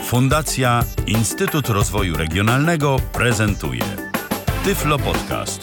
Fundacja Instytut Rozwoju Regionalnego prezentuje Tyflo Podcast.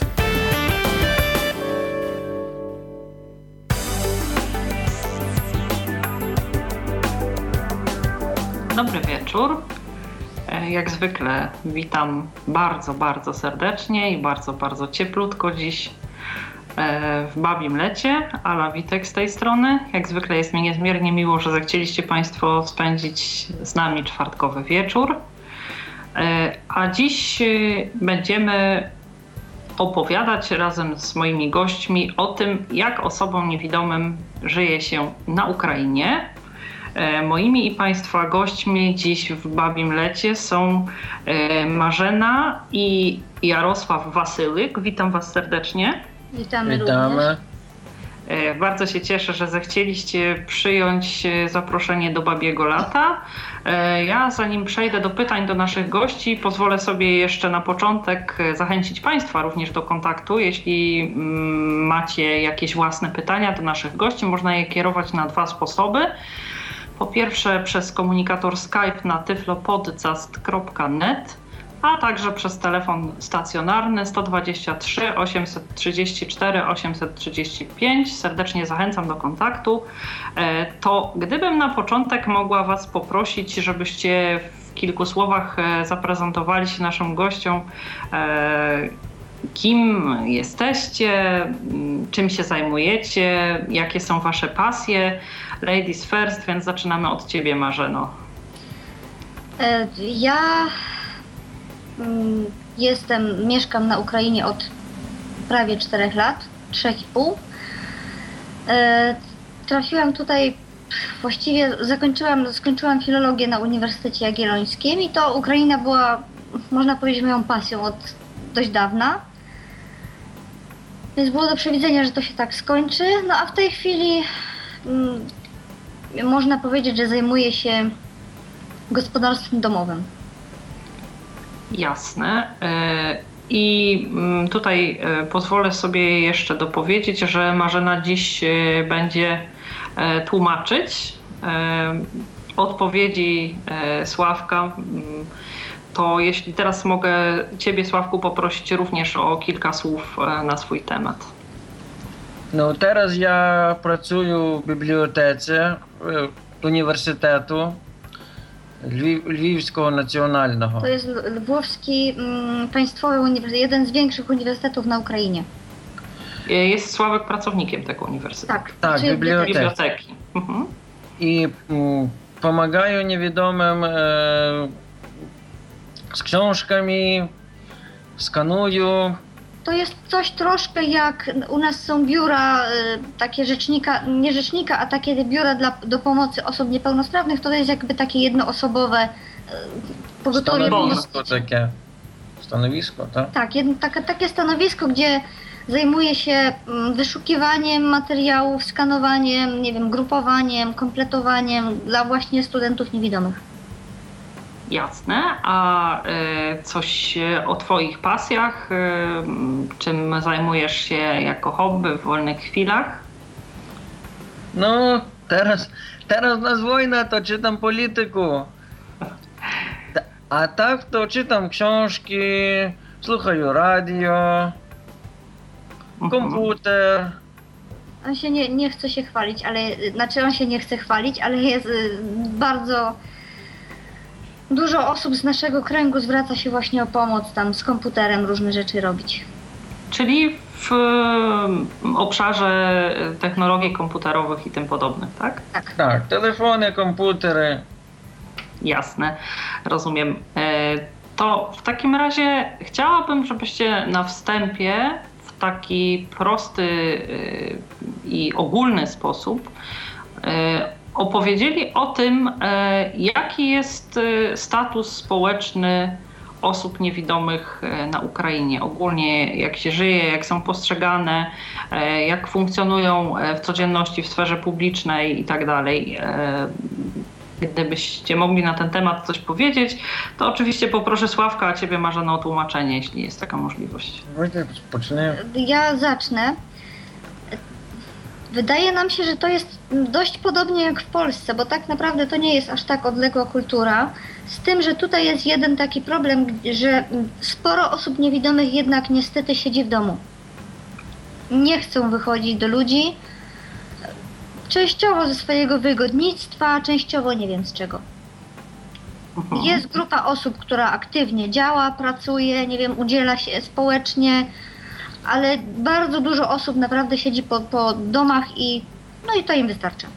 Dobry wieczór. Jak zwykle witam bardzo serdecznie i bardzo cieplutko dziś w Babim Lecie. Ala Witek z tej strony. Jak zwykle jest mi niezmiernie miło, że zechcieliście Państwo spędzić z nami czwartkowy wieczór. A dziś będziemy opowiadać razem z moimi gośćmi o tym, jak osobom niewidomym żyje się na Ukrainie. Moimi i Państwa gośćmi dziś w Babim Lecie są Marzena i Jarosław Wasylyk. Witam Was serdecznie. Witamy również. Bardzo się cieszę, że zechcieliście przyjąć zaproszenie do Babiego Lata. Ja zanim przejdę do pytań do naszych gości, pozwolę sobie jeszcze na początek zachęcić Państwa również do kontaktu. Jeśli macie jakieś własne pytania do naszych gości, można je kierować na dwa sposoby. Po pierwsze przez komunikator Skype na tyflopodcast.net, a także przez telefon stacjonarny 123 834 835. Serdecznie zachęcam do kontaktu. To gdybym na początek mogła Was poprosić, żebyście w kilku słowach zaprezentowali się naszym gościom, kim jesteście, czym się zajmujecie, jakie są Wasze pasje. Ladies first, więc zaczynamy od Ciebie, Marzeno. Ja mieszkam na Ukrainie od prawie 4 lat, 3,5. Trafiłam tutaj, właściwie skończyłam filologię na Uniwersytecie Jagiellońskim i to Ukraina była, można powiedzieć, moją pasją od dość dawna. Więc było do przewidzenia, że to się tak skończy. No a w tej chwili można powiedzieć, że zajmuję się gospodarstwem domowym. Jasne. I tutaj pozwolę sobie jeszcze dopowiedzieć, że Marzena dziś będzie tłumaczyć odpowiedzi Sławka. To jeśli teraz mogę Ciebie, Sławku, poprosić również o kilka słów na swój temat. No teraz ja pracuję w bibliotece Uniwersytetu Lwowskiego Nacjonalnego. To jest Lwowski Państwowy Uniwersytet, jeden z większych uniwersytetów na Ukrainie. Jest Sławek pracownikiem tego uniwersytetu. Tak, biblioteki. Mhm. I pomagają niewidomym z książkami, skanują. To jest coś troszkę jak u nas są biura, takie nie rzecznika, a takie biura do pomocy osób niepełnosprawnych. To jest jakby takie jednoosobowe pogotowie takie stanowisko, tak? Tak, takie stanowisko, gdzie zajmuje się wyszukiwaniem materiałów, skanowaniem, grupowaniem, kompletowaniem dla właśnie studentów niewidomych. Jasne. A coś o Twoich pasjach? Czym zajmujesz się jako hobby w wolnych chwilach? No, teraz nas wojna, to czytam polityku. A tak to czytam książki, słucham radio, komputer. On się nie chce się chwalić, on się nie chce chwalić, ale jest bardzo... Dużo osób z naszego kręgu zwraca się właśnie o pomoc, tam z komputerem różne rzeczy robić. Czyli w obszarze technologii komputerowych i tym podobnych, tak? Tak, telefony, komputery. Jasne, rozumiem. To w takim razie chciałabym, żebyście na wstępie w taki prosty i ogólny sposób opowiedzieli o tym, jaki jest status społeczny osób niewidomych na Ukrainie. Ogólnie jak się żyje, jak są postrzegane, jak funkcjonują w codzienności w sferze publicznej i tak dalej. Gdybyście mogli na ten temat coś powiedzieć, to oczywiście poproszę Sławka, a Ciebie, Marzeno, o tłumaczenie, jeśli jest taka możliwość. Ja zacznę. Wydaje nam się, że to jest dość podobnie jak w Polsce, bo tak naprawdę to nie jest aż tak odległa kultura. Z tym, że tutaj jest jeden taki problem, że sporo osób niewidomych jednak niestety siedzi w domu. Nie chcą wychodzić do ludzi, częściowo ze swojego wygodnictwa, częściowo nie wiem z czego. Jest grupa osób, która aktywnie działa, pracuje, nie wiem, udziela się społecznie, ale bardzo dużo osób naprawdę siedzi po domach i to im wystarcza.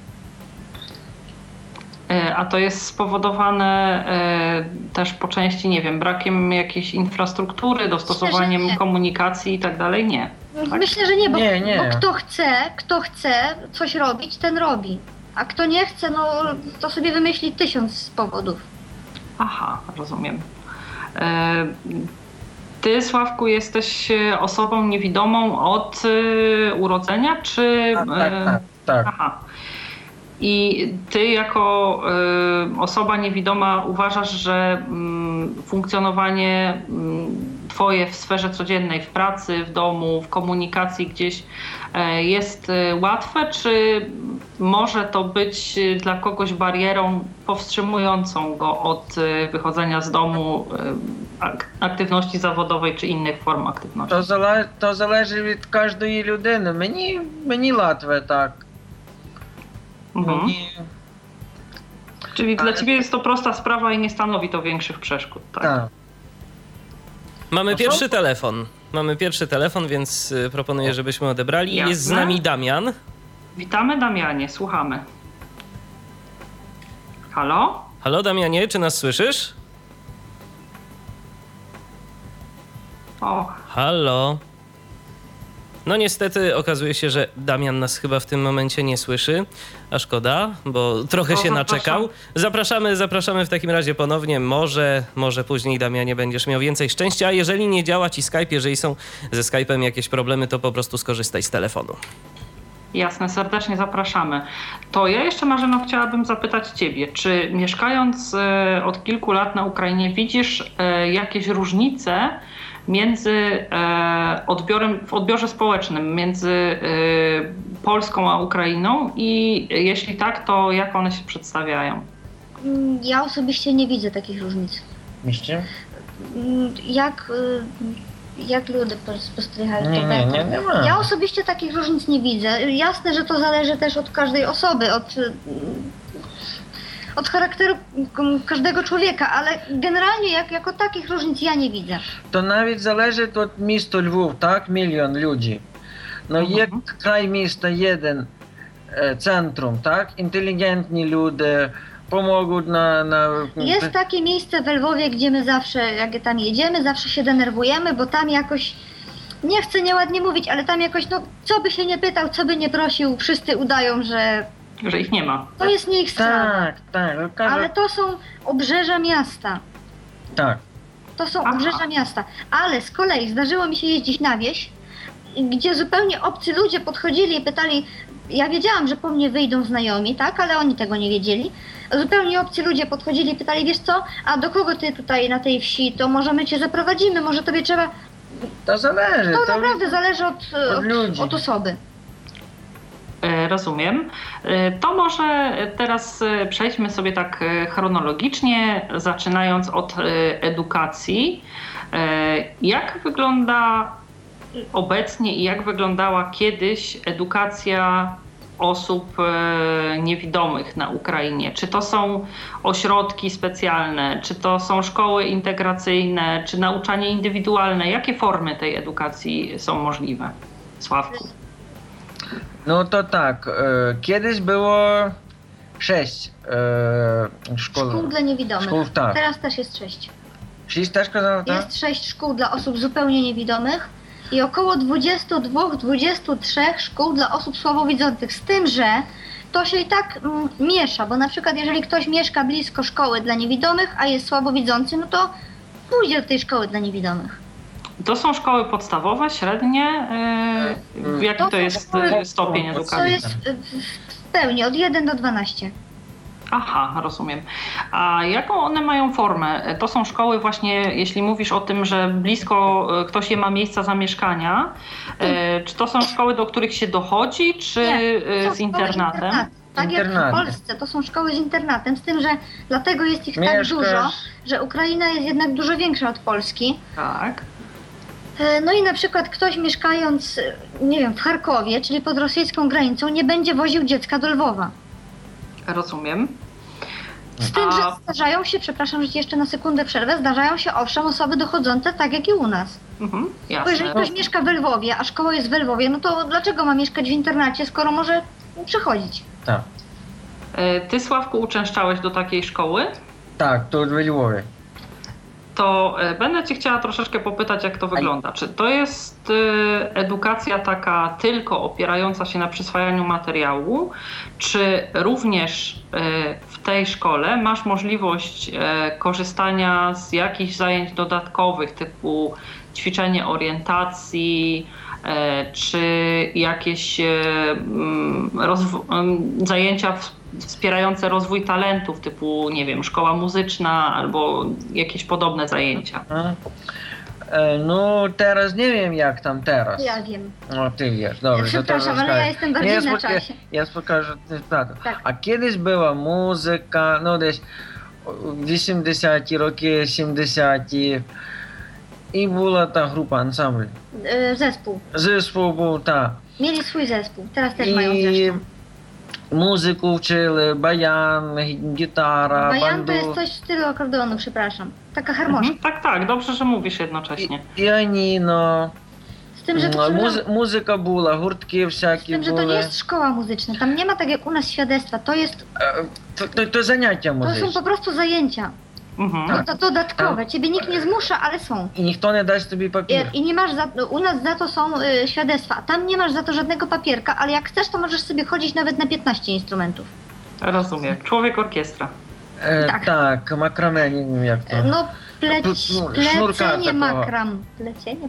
A to jest spowodowane też po części, nie wiem, brakiem jakiejś infrastruktury, dostosowaniem komunikacji i tak dalej? Nie. Tak? Myślę, że nie, bo Nie. kto chce coś robić, ten robi. A kto nie chce, to sobie wymyśli 1000 powodów. Aha, rozumiem. Ty, Sławku, jesteś osobą niewidomą od urodzenia, czy... Tak. Aha. I ty jako osoba niewidoma uważasz, że funkcjonowanie twoje w sferze codziennej, w pracy, w domu, w komunikacji gdzieś jest łatwe, czy może to być dla kogoś barierą powstrzymującą go od wychodzenia z domu, aktywności zawodowej czy innych form aktywności? To zależy від każdej людини. Мені łatwe, tak. Mhm. Czyli dla ciebie jest to prosta sprawa i nie stanowi to większych przeszkód, tak? Tak. Mamy pierwszy telefon, więc proponuję, żebyśmy odebrali. Jasne. Jest z nami Damian. Witamy, Damianie, słuchamy. Halo? Halo Damianie, czy nas słyszysz? O, Halo? No niestety okazuje się, że Damian nas chyba w tym momencie nie słyszy, a szkoda, bo trochę się naczekał. Zapraszamy w takim razie ponownie, może później, Damianie, będziesz miał więcej szczęścia, a jeżeli nie działa ci Skype, jeżeli są ze Skype'em jakieś problemy, to po prostu skorzystaj z telefonu. jasne, serdecznie zapraszamy. To ja jeszcze, Marzeno, chciałabym zapytać ciebie, czy mieszkając od kilku lat na Ukrainie widzisz jakieś różnice między w odbiorze społecznym między Polską a Ukrainą i jeśli tak, to jak one się przedstawiają? Ja osobiście nie widzę takich różnic. Myślicie? Jak ludzie spostrzegają Nie ma. Ja osobiście takich różnic nie widzę. Jasne, że to zależy też od każdej osoby, od charakteru każdego człowieka, ale generalnie jako takich różnic ja nie widzę. To nawet zależy od miasta Lwów, tak? 1 000 000 ludzi. No jak kraj miasta jeden, centrum, tak? Inteligentni ludzie, pomogą na... Jest takie miejsce w Lwowie, gdzie my zawsze, jak tam jedziemy, zawsze się denerwujemy, bo tam jakoś, nie chcę nieładnie mówić, ale tam jakoś, co by się nie pytał, co by nie prosił, wszyscy udają, że ich nie ma. to jest nie ich sprawa. Tak. Ale to są obrzeża miasta. Tak. To są obrzeża miasta. Ale z kolei zdarzyło mi się jeździć na wieś, gdzie zupełnie obcy ludzie podchodzili i pytali, ja wiedziałam, że po mnie wyjdą znajomi, tak, ale oni tego nie wiedzieli. Zupełnie obcy ludzie podchodzili i pytali, wiesz co, a do kogo ty tutaj na tej wsi, to może my cię zaprowadzimy, może tobie trzeba... To zależy. To naprawdę zależy od osoby. Rozumiem. To może teraz przejdźmy sobie tak chronologicznie, zaczynając od edukacji. Jak wygląda obecnie i jak wyglądała kiedyś edukacja osób niewidomych na Ukrainie? Czy to są ośrodki specjalne, czy to są szkoły integracyjne, czy nauczanie indywidualne? Jakie formy tej edukacji są możliwe? Sławku. No to tak, kiedyś było 6 Szkół dla niewidomych. Szkół, tak. Teraz też jest 6. 6 też kazano, tak? Jest 6 szkół dla osób zupełnie niewidomych i około 22-23 szkół dla osób słabowidzących. Z tym, że to się i tak miesza, bo na przykład jeżeli ktoś mieszka blisko szkoły dla niewidomych, a jest słabowidzący, no to pójdzie do tej szkoły dla niewidomych. To są szkoły podstawowe, średnie? Jaki to jest stopień edukacji? To jest w pełni od 1 do 12. Aha, rozumiem. A jaką one mają formę? To są szkoły właśnie, jeśli mówisz o tym, że blisko ktoś je ma miejsca zamieszkania, czy to są szkoły, do których się dochodzi, czy Nie, z internatem? Tak jak w Internaty. Polsce, to są szkoły z internatem, z tym, że dlatego jest ich tak Mieszkasz- dużo, że Ukraina jest jednak dużo większa od Polski. Tak. No i na przykład ktoś mieszkając, nie wiem, w Charkowie, czyli pod rosyjską granicą, nie będzie woził dziecka do Lwowa. Rozumiem. Z tym, że zdarzają się, przepraszam, że ci jeszcze na sekundę przerwę, zdarzają się owszem osoby dochodzące tak jak i u nas. Mhm, Bo jeżeli jasne. ktoś mieszka w Lwowie, a szkoła jest w Lwowie, no to dlaczego ma mieszkać w internacie, skoro może przechodzić? Tak. Ty, Sławku, uczęszczałeś do takiej szkoły? Tak, tu w Lwowie. To będę Cię chciała troszeczkę popytać, jak to wygląda. Czy to jest edukacja taka tylko opierająca się na przyswajaniu materiału, czy również w tej szkole masz możliwość korzystania z jakichś zajęć dodatkowych, typu ćwiczenie orientacji, czy jakieś zajęcia wspierające rozwój talentów, typu, nie wiem, szkoła muzyczna albo jakieś podobne zajęcia? No teraz nie wiem jak tam teraz. Ja wiem. No ty wiesz, dobrze. Przepraszam, ale ja jestem bardziej na czasie. Ja pokażę prawdę. Tak. A kiedyś była muzyka, no gdzieś 80 roki, 70 i była ta grupa, ansambl. Zespół. Zespół był, ta. Mieli swój zespół, teraz też mają zresztą. Muzyku uczyli, bajan, gitara, Bajan to bandu. jest coś w stylu akordeonu, przepraszam. Taka harmonia. Tak, tak, dobrze, że mówisz jednocześnie. Pianino, Z tym, że to, muzyka była, hurtki z всяkie tym, że to nie były. jest szkoła muzyczna. Tam nie ma tak jak u nas świadectwa. To jest, To zajęcia to muzyczne. są po prostu zajęcia. Mhm. To dodatkowe. Ciebie nikt nie zmusza, ale są. I ніхто не дасть тобі папір. I nie masz u nas za to są świadectwa. A tam nie masz za to żadnego papierka, ale jak chcesz, to możesz sobie chodzić nawet na 15 instrumentów. Rozumiem. Człowiek orkiestra. tak. Так, макраме, nie wiem jak to. No, Sznurka plecenie takiego. makram. Plecenie,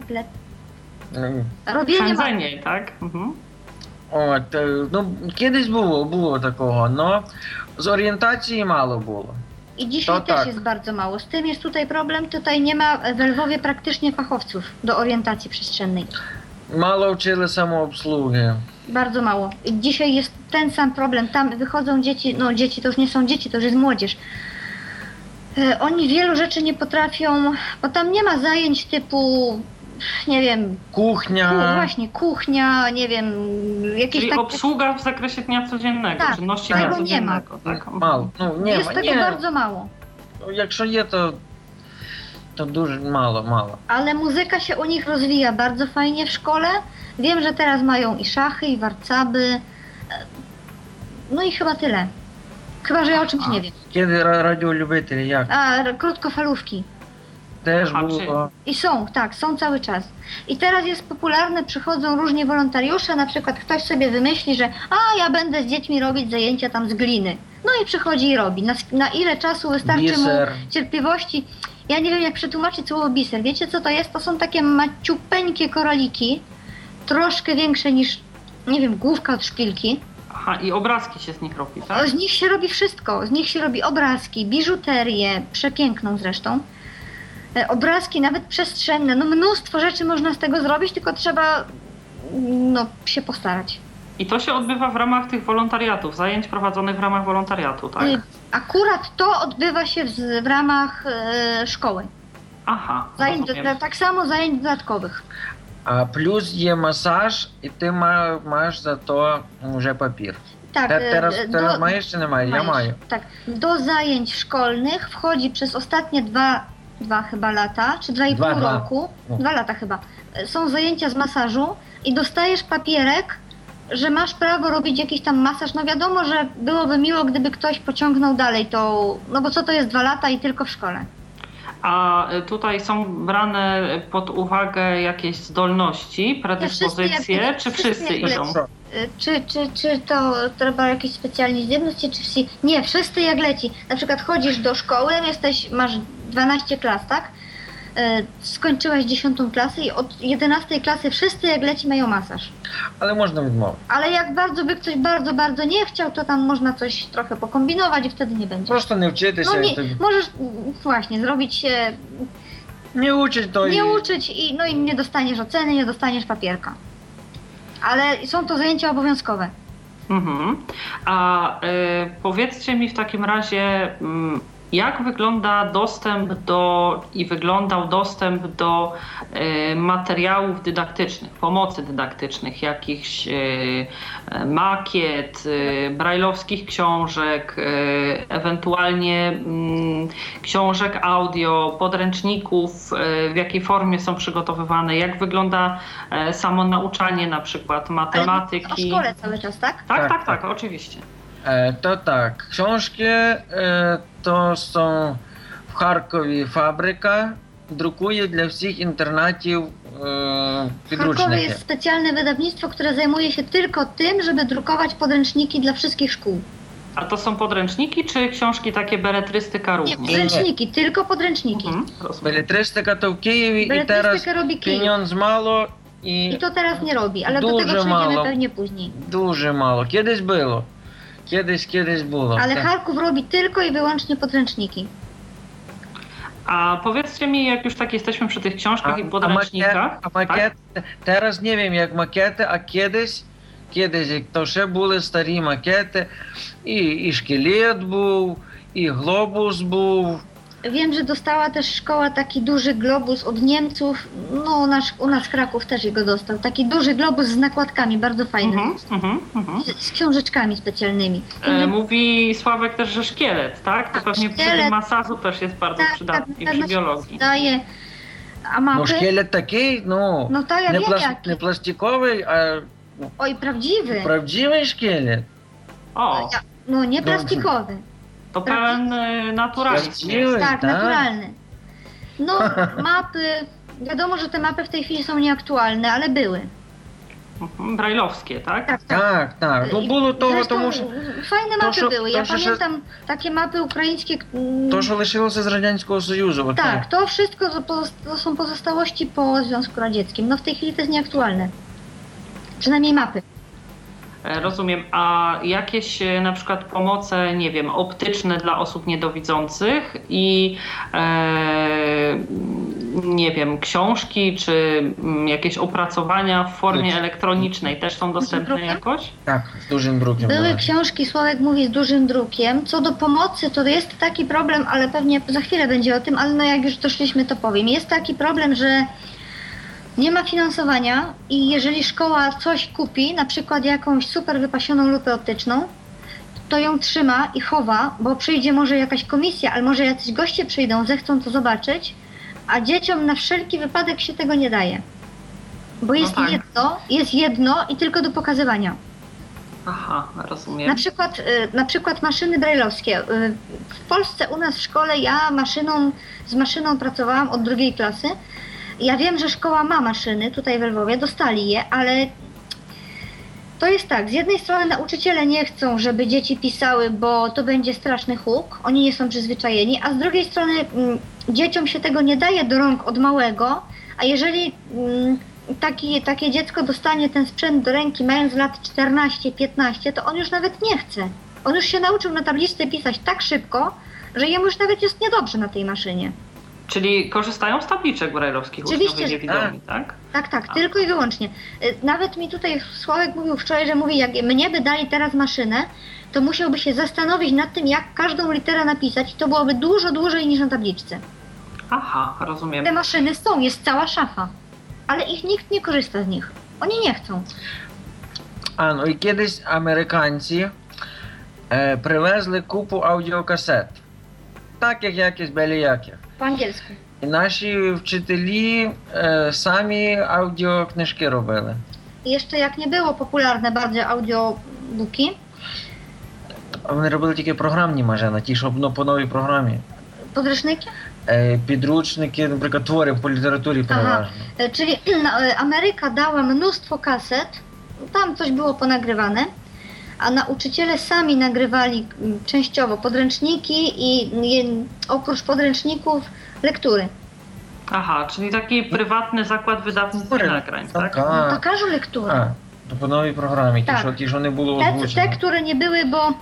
robienie makram. Przędzenie, tak? Mhm. От, ну, kiedyś було такого, но з орієнтації мало було. I dzisiaj To też tak. jest bardzo mało. Z tym jest tutaj problem. Tutaj nie ma w Lwowie praktycznie fachowców do orientacji przestrzennej. Мало вчили самообслуги. Bardzo mało. I dzisiaj jest ten sam problem. Tam wychodzą dzieci, no dzieci to już nie są dzieci, to już jest młodzież. Oni wielu rzeczy nie potrafią, bo tam nie ma zajęć typu, nie wiem, Kuchnia. właśnie kuchnia, nie wiem, jakieś Czyli takie... obsługa w zakresie dnia codziennego, Tak, czynności tego dnia nie ma. codziennego. Tak? Мало. Ну, ні, Jest tego ні. bardzo mało. Якщо є, то дуже мало. Ale muzyka się u nich rozwija bardzo fajnie w szkole. Wiem, że teraz mają i szachy, i warcaby. No i chyba tyle. Chyba, że ja o czymś nie wiem. Kiedy radiolubителі, як? A, krótkofalówki. Теж А, було. I są, tak, są cały czas. I teraz jest popularne, przychodzą różni wolontariusze, na przykład ktoś sobie wymyśli, że ja będę z dziećmi robić zajęcia tam z gliny. No i przychodzi i robi. Na ile czasu wystarczy Biser. mu cierpliwości? Ja nie wiem, jak przetłumaczyć słowo biser. Wiecie, co to jest? To są takie maciupeńkie koraliki, troszkę większe niż, nie wiem, główka od szpilki. Aha, i obrazki się z nich robi, tak? Z nich się robi wszystko. Z nich się robi obrazki, biżuterię, przepiękną zresztą. Obrazki nawet przestrzenne. No mnóstwo rzeczy można z tego zrobić, tylko trzeba się postarać. I to się odbywa w ramach tych wolontariatów, zajęć prowadzonych w ramach wolontariatu, tak? Akurat to odbywa się w ramach szkoły. Aha, Zajęć, rozumiem. tak samo zajęć dodatkowych. А плюс є масаж, і ти маєш за то вже папір. Tak, Teraz маєш чи не маєш? Я маю. Tak, do zajęć szkolnych wchodzi przez ostatnie dwa chyba lata, czy 2,5 Dwa. roku, No. 2 lata chyba, są zajęcia z masażu i dostajesz papierek, że masz prawo robić jakiś tam masaż. No wiadomo, że byłoby miło, gdyby ktoś pociągnął dalej to, no bo co to jest 2 lata i tylko w szkole. A tutaj są brane pod uwagę jakieś zdolności, predyspozycje, czy wszyscy jak idą? Czy to trzeba jakieś specjalnie zdolności, czy wszyscy? Nie, wszyscy jak leci. Na przykład chodzisz do szkoły, masz 12 klas, tak? Skończyłaś 10 klasę i od 11 klasy wszyscy jak leci mają masaż. Але можна відмовити. Ale jak bardzo by ktoś bardzo nie chciał, to tam można coś trochę pokombinować i wtedy nie będzie. Просто не вчитися. No nie, і тобі- możesz właśnie zrobić się, Не учить, то nie uczyć i nie dostaniesz oceny, nie dostaniesz papierka. Ale są to zajęcia obowiązkowe. A powiedzcie mi w takim razie, jak wygląda wyglądał dostęp do materiałów dydaktycznych, pomocy dydaktycznych, jakichś makiet, brajlowskich książek, ewentualnie książek audio, podręczników, w jakiej formie są przygotowywane, jak wygląda samo nauczanie na przykład matematyki. O szkole cały czas, tak? Tak, oczywiście. To tak, książki to są w Charkowie fabryka, drukuje dla wszystkich internatów W Charkowie podręczniki. jest specjalne wydawnictwo, które zajmuje się tylko tym, żeby drukować podręczniki dla wszystkich szkół. A to są podręczniki, czy książki takie beletrystyka Nie, również? podręczniki, tylko podręczniki. Rozumiem. Beletrystyka to w Kijowie i Beletrystykę teraz robi Kijów. pieniądz mało I to teraz nie robi, ale do Дуже tego przejdziemy mało. pewnie później. Дуже mało. Kiedyś było. Kiedyś było. Ale tak. Charków robi tylko i wyłącznie podręczniki. A powiedzcie mi, jak już tak jesteśmy przy tych książkach i podręcznikach. A makiety, teraz nie wiem jak makiety, a kiedyś jak to ще були старі макети, і шкелет був, і глобус був. Wiem, że dostała też szkoła taki duży globus od Niemców. No, u nas Kraków też jego dostał. Taki duży globus z nakładkami, bardzo fajny. Z książeczkami specjalnymi. Mówi Sławek też, że szkielet, tak? To Tak, pewnie przy szkielet. tym masażu też jest bardzo przydatny i przy biologii. Daje. A mapy? Ну шкелет такий, No to ja wiem jaki. не пластиковий, а Oj, prawdziwy. правдивий шкелет. O, No, nie plastikowy. to pełen naturalizm. Prawdziwy. Tak, tak. naturalny. No, mapy. Wiadomo, że te mapy w tej chwili są nieaktualne, ale były. Brajlowskie, tak? Так, так. Ну було того, Zresztą тому що fajne mapy що- były. Ja to, що- pamiętam takie mapy ukraińskie. то, що лишилося з Радянського Союзу. от Tak, to wszystko to są pozostałości po Związku Radzieckim. No w tej chwili to jest nieaktualne. Przynajmniej mapy. Rozumiem. A jakieś na przykład pomoce, nie wiem, optyczne dla osób niedowidzących i nie wiem, książki czy jakieś opracowania w formie elektronicznej też są dostępne drukiem? jakoś? Так, з dużym drukiem. Były była. książki, Sławek mówi, z dużym drukiem. Co do pomocy, to jest taki problem, ale pewnie za chwilę będzie o tym, ale no jak już doszliśmy, to powiem. Jest taki problem, że nie ma finansowania i jeżeli szkoła coś kupi, na przykład jakąś super wypasioną lupę optyczną, to ją trzyma i chowa, bo przyjdzie może jakaś komisja, ale może jacyś goście przyjdą, zechcą to zobaczyć, a dzieciom na wszelki wypadek się tego nie daje. Bo jest, tak. jest jedno i tylko do pokazywania. Aha, rozumiem. Na przykład maszyny brajlowskie. W Polsce u nas w szkole ja z maszyną pracowałam od 2. klasy. Ja wiem, że szkoła ma maszyny tutaj w Lwowie, dostali je, ale to jest tak, z jednej strony nauczyciele nie chcą, żeby dzieci pisały, bo to będzie straszny huk, oni nie są przyzwyczajeni, a z drugiej strony dzieciom się tego nie daje do rąk od małego, a jeżeli takie dziecko dostanie ten sprzęt do ręki mając lat 14-15, to on już nawet nie chce. On już się nauczył na tabliczce pisać tak szybko, że jemu już nawet jest niedobrze na tej maszynie. Czyli korzystają z tabliczek brajlowskich Oczywiście, uczniowie że niewidomi, tak? Tak, tylko i wyłącznie. Nawet mi tutaj Sławek mówił wczoraj, że mówi, jak mnie by dali teraz maszynę, to musiałby się zastanowić nad tym, jak każdą literę napisać i to byłoby dużo dłużej niż na tabliczce. Aha, rozumiem. Te maszyny są, jest cała szafa, ale nikt nie korzysta z nich. Oni nie chcą. А, ну і кудись американці привезли купу аудіокасет. Так як якісь біля яких. Po angielsku. І наші вчителі самі аудіокнижки робили. I jeszcze jak nie było popularne bardzo audiobooki, Вони робили тільки програмні машини, ті, що по новій програмі. podręczniki, Підручники, наприклад, твори по літературі переважно. czyli Ameryka dała mnóstwo kaset, tam coś było ponagrywane, a nauczyciele sami nagrywali częściowo podręczniki i oprócz podręczników lektury. Aha, czyli taki prywatny zakład wydawniczych nagrań, tak? To każą lekturę. А, то по новій програмі, Так. ті, що не було Te, озвучено. które nie były, bo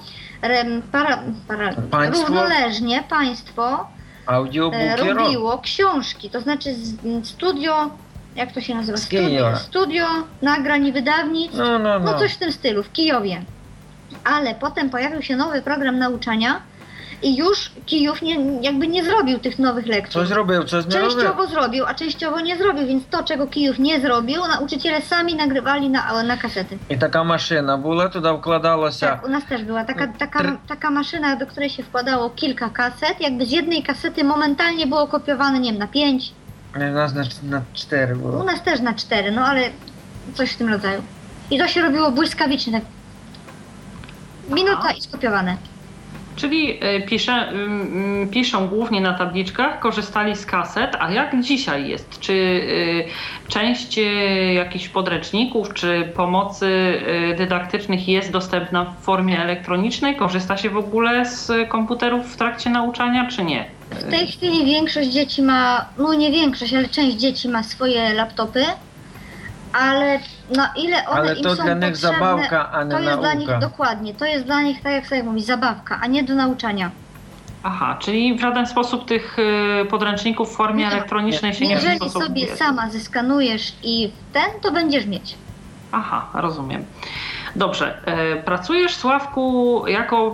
Państwo? równoleżnie państwo Аудіобуки robiło książki, to znaczy studio, jak to się nazywa? Z Kijowa. Studio nagrań i wydawnictw, No. no coś w tym stylu, w Kijowie. Ale potem pojawił się nowy program nauczania i już Kijów nie zrobił tych nowych lekcji. Co zrobił, co nie robił? Częściowo zrobił, a częściowo nie zrobił, więc to, czego Kijów nie zrobił, nauczyciele sami nagrywali na kasety. I taka maszyna była, tudy wkładało się... Tak, u nas też była taka maszyna, do której się wkładało kilka kaset, jakby z jednej kasety momentalnie było kopiowane, nie wiem, na 5. U nas na 4 było. U nas też na 4, no ale coś w tym rodzaju. I to się robiło błyskawicznie, tak. Minuta i skopiowane. Czyli piszą głównie na tabliczkach, korzystali z kaset, a jak dzisiaj jest? Czy część jakichś podręczników czy pomocy dydaktycznych jest dostępna w formie elektronicznej? Korzysta się w ogóle z komputerów w trakcie nauczania, czy nie? W tej chwili większość dzieci ma, no nie większość, ale część dzieci ma swoje laptopy, ale na ile one ale im to są dla nich potrzebne, zabawka, a nie to jest nauka. dla nich dokładnie, to jest dla nich, tak jak sobie mówi, zabawka, a nie do nauczania. Aha, czyli w żaden sposób tych podręczników w formie elektronicznej się nie Jeżeli przystosowuje. sobie sama zeskanujesz i to będziesz mieć. Aha, rozumiem. Dobrze, pracujesz, Sławku, jako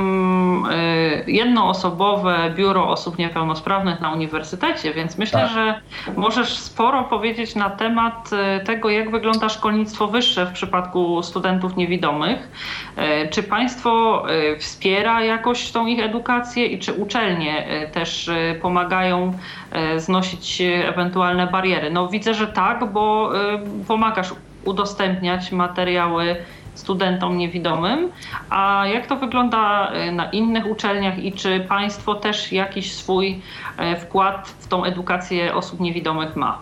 jednoosobowe biuro osób niepełnosprawnych na uniwersytecie, więc myślę, Tak. że możesz sporo powiedzieć na temat tego, jak wygląda szkolnictwo wyższe w przypadku studentów niewidomych. Czy państwo wspiera jakoś tą ich edukację i czy uczelnie też pomagają znosić ewentualne bariery? No widzę, że tak, bo pomagasz udostępniać materiały studentom niewidomym, a jak to wygląda na innych uczelniach i czy państwo też jakiś swój wkład w tą edukację osób niewidomych ma?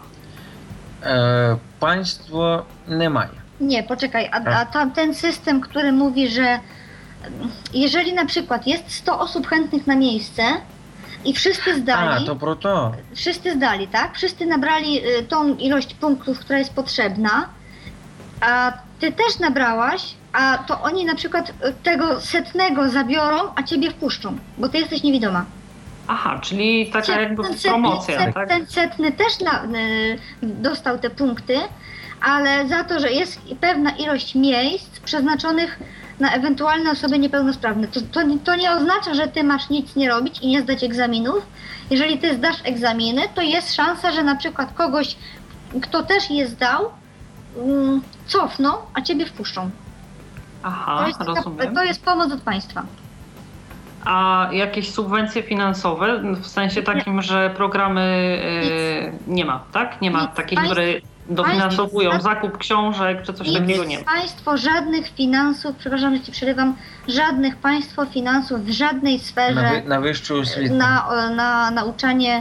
Państwo nie ma. Nie, poczekaj, ten system, który mówi, że jeżeli na przykład jest 100 osób chętnych na miejsce i wszyscy zdali, A, to pro to. wszyscy zdali, tak? Wszyscy nabrali tą ilość punktów, która jest potrzebna, a ty też nabrałaś, a to oni na przykład tego 100 zabiorą, a ciebie wpuszczą, bo ty jesteś niewidoma. Aha, czyli taka jakby promocja, tak? Ten 100 też dostał te punkty, ale za to, że jest pewna ilość miejsc przeznaczonych na ewentualne osoby niepełnosprawne. To nie oznacza, że ty masz nic nie robić i nie zdać egzaminów. Jeżeli ty zdasz egzaminy, to jest szansa, że na przykład kogoś, kto też je zdał, cofną, a ciebie wpuszczą. Aha, rozumiem. To jest pomoc od państwa. A jakieś subwencje finansowe, w sensie takim, że programy nie ma, tak? Nie ma Nic. takich, które dofinansowują Państwo- zakup książek czy coś takiego nie ma. Państwo żadnych finansów, przepraszam, że ci przerywam, żadnych państwo finansów w żadnej sferze Na wyższą oświetę. na nauczanie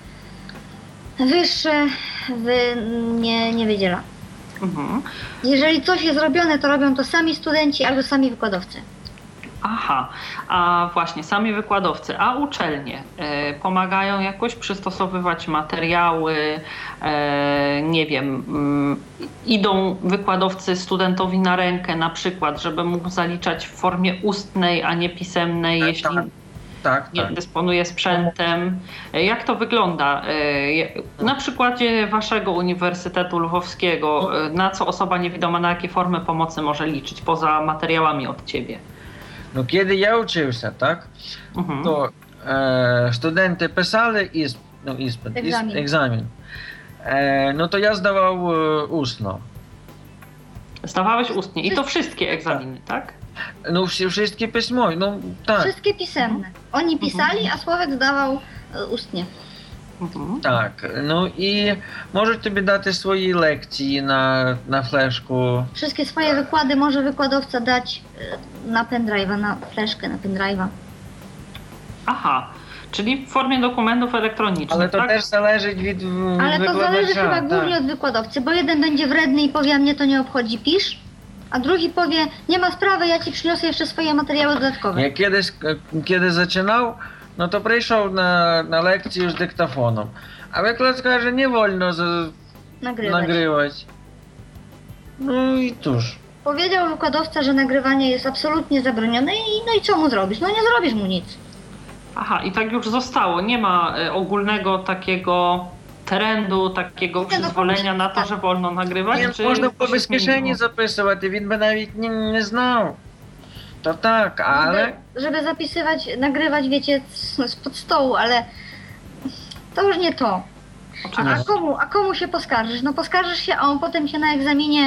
wyższe nie wydziela. Mhm. Jeżeli coś jest robione, to robią to sami studenci albo sami wykładowcy. Aha, a właśnie sami wykładowcy, a uczelnie pomagają jakoś przystosowywać materiały, nie wiem, idą wykładowcy studentowi na rękę na przykład, żeby mógł zaliczać w formie ustnej, a nie pisemnej, jeśli Tak, nie tak. dysponuje sprzętem. Jak to wygląda? Na przykładzie waszego Uniwersytetu Lwowskiego, na co osoba niewidoma, na jakie formy pomocy może liczyć, poza materiałami od ciebie? No kiedy ja uczył się, tak? Mhm. To studenty pisali egzamin. No to ja zdawał ustno. Zdawałeś ustnie i to wszystkie egzaminy, tak? No wszystkie pismo, no tak. Wszystkie pisemne. Oni pisali, a Sławek zdawał ustnie. Mhm. Tak, no i może tobie dać swoje lekcje na fleszku. Wszystkie swoje wykłady może wykładowca dać na pendrive'a, na fleszkę, na pendrive'a. Aha, czyli w formie dokumentów elektronicznych, Ale to tak? też zależy od Ale to zależy wykładacza, chyba głównie tak. od wykładowcy, bo jeden będzie wredny i powie, a mnie to nie obchodzi, pisz, a drugi powie, nie ma sprawy, ja ci przyniosę jeszcze swoje materiały dodatkowe. Ja kiedy zaczynał, no to przyszedł na lekcję z dyktafonem. A wykład każe, nie wolno nagrywać. No i cóż. Powiedział wykładowca, że nagrywanie jest absolutnie zabronione no i co mu zrobisz? No nie zrobisz mu nic. Aha, i tak już zostało. Nie ma ogólnego takiego trendu, takiego przyzwolenia na to, że wolno nagrywać? Nie, czy można to po się bez kieszeni zmieniło? zapisywać, i він би навіть nie znał. To tak, ale... Żeby zapisywać, nagrywać, wiecie, spod stołu, ale to już nie to. A komu się poskarżysz? No poskarżysz się, a on potem się na egzaminie...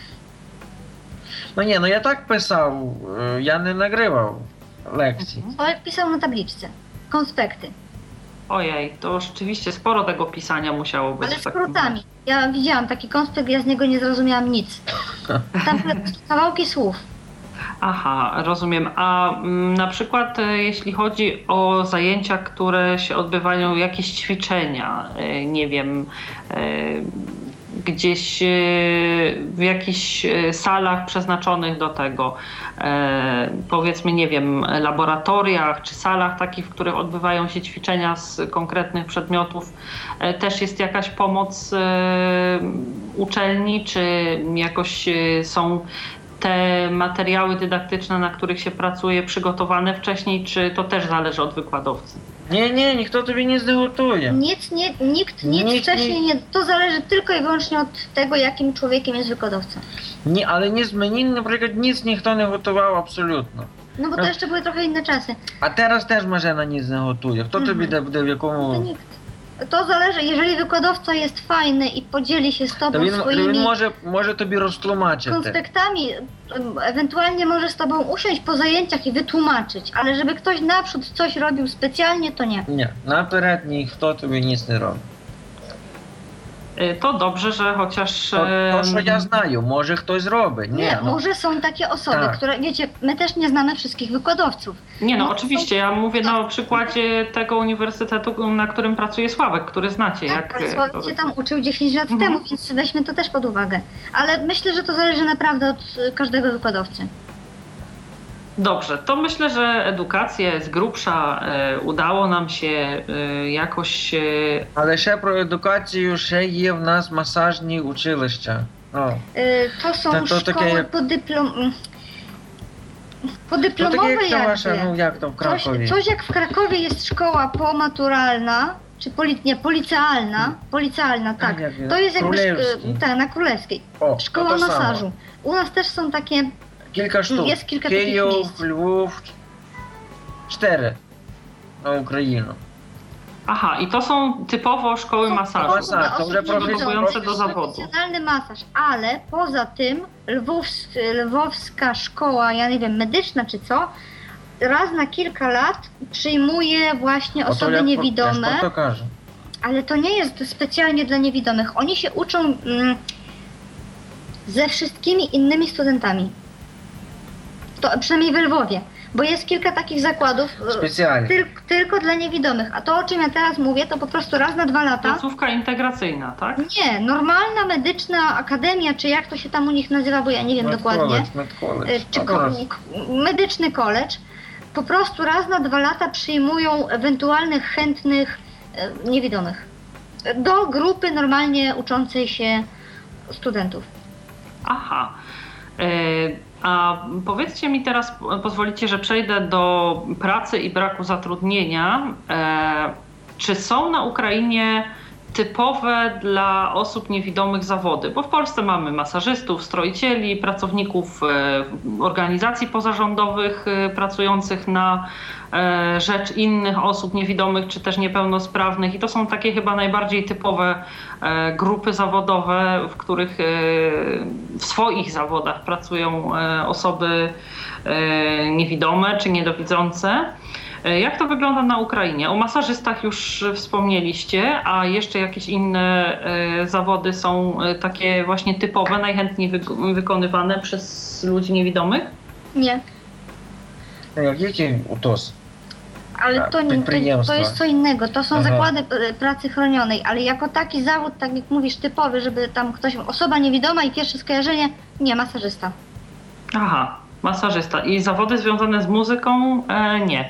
No nie, no ja tak pisał, ja nie nagrywał lekcji. Człowiek pisał na tabliczce, konspekty. Ojej, to rzeczywiście sporo tego pisania musiało być. Ale skrótami. Ja widziałam taki konspekt, ja z niego nie zrozumiałam nic. Tam kawałki słów. Aha, rozumiem. A na przykład jeśli chodzi o zajęcia, które się odbywają, jakieś ćwiczenia, nie wiem, gdzieś w jakichś salach przeznaczonych do tego, powiedzmy, nie wiem, laboratoriach czy salach takich, w których odbywają się ćwiczenia z konkretnych przedmiotów, też jest jakaś pomoc uczelni, czy jakoś są te materiały dydaktyczne, na których się pracuje, przygotowane wcześniej, czy to też zależy od wykładowcy? Nie, nikt tobie nie zgotuje. Nikt wcześniej nie... To zależy tylko i wyłącznie od tego, jakim człowiekiem jest wykładowca. Nie, ale nie zmieni, na przykład nic nikt nie gotował absolutnie. No bo to jeszcze były trochę inne czasy. A teraz też Marzena nic nie gotuje. Kto tobie da w jakomu... To nikt. To zależy, jeżeli wykładowca jest fajny i podzieli się z tobą swoimi... Він може тобі розтлумачити. Konspektami, ewentualnie może z tobą usiąść po zajęciach i wytłumaczyć, ale żeby ktoś naprzód coś robił specjalnie, to nie. Nie, naперед ніхто тобі nic nie robi. To dobrze, że chociaż... To, co ja знаю, może ktoś zrobi. Nie, może są takie osoby, tak, które, wiecie, my też nie znamy wszystkich wykładowców. Nie, no oczywiście, ja mówię na przykładzie tego uniwersytetu, na którym pracuje Sławek, który znacie. Tak, jak Sławek się tam uczył 10 lat temu, więc weźmy to też pod uwagę. Ale myślę, że to zależy naprawdę od każdego wykładowcy. Dobrze, to myślę, że edukację z grubsza udało nam się jakoś... Ale ще про edukację, ще є в нас масажні училища. To są szkoły podyplomowe jak to w Krakowie. Coś jak w Krakowie jest szkoła pomaturalna, czy policjalna, tak. To jest jakby na Królewskiej. Szkoła masażu. U nas też są takie... Kilka sztuk. Jest kilka takich Kijów, miejsc. Lwów, 4 na Ukrainę. Aha, i to są typowo szkoły masażu, przygotowujące do zawodu. Profesjonalny masaż, ale poza tym lwowska szkoła, ja nie wiem, medyczna czy co, raz na kilka lat przyjmuje właśnie osoby niewidome, ale to nie jest specjalnie dla niewidomych. Oni się uczą ze wszystkimi innymi studentami. To przynajmniej w Lwowie, bo jest kilka takich zakładów tylko dla niewidomych. A to, o czym ja teraz mówię, to po prostu raz na 2 lata. Placówka integracyjna, tak? Nie, normalna medyczna akademia, czy jak to się tam u nich nazywa, bo ja nie wiem dokładnie. Czy medyczny college. Po prostu raz na 2 lata przyjmują ewentualnych chętnych niewidomych do grupy normalnie uczącej się studentów. Aha. A powiedzcie mi teraz, pozwolicie, że przejdę do pracy i braku zatrudnienia. Czy są na Ukrainie typowe dla osób niewidomych zawody? Bo w Polsce mamy masażystów, stroicieli, pracowników organizacji pozarządowych pracujących na rzecz innych osób niewidomych czy też niepełnosprawnych i to są takie chyba najbardziej typowe grupy zawodowe, w których w swoich zawodach pracują osoby niewidome czy niedowidzące. Jak to wygląda na Ukrainie? O masażystach już wspomnieliście, a jeszcze jakieś inne zawody są takie właśnie typowe, najchętniej wykonywane przez ludzi niewidomych? Nie. Jaki UTOS? Ale to jest co innego, to są zakłady pracy chronionej, ale jako taki zawód, tak jak mówisz, typowy, żeby tam ktoś, osoba niewidoma i pierwsze skojarzenie, nie, masażysta. Aha, masażysta. I zawody związane z muzyką? Nie.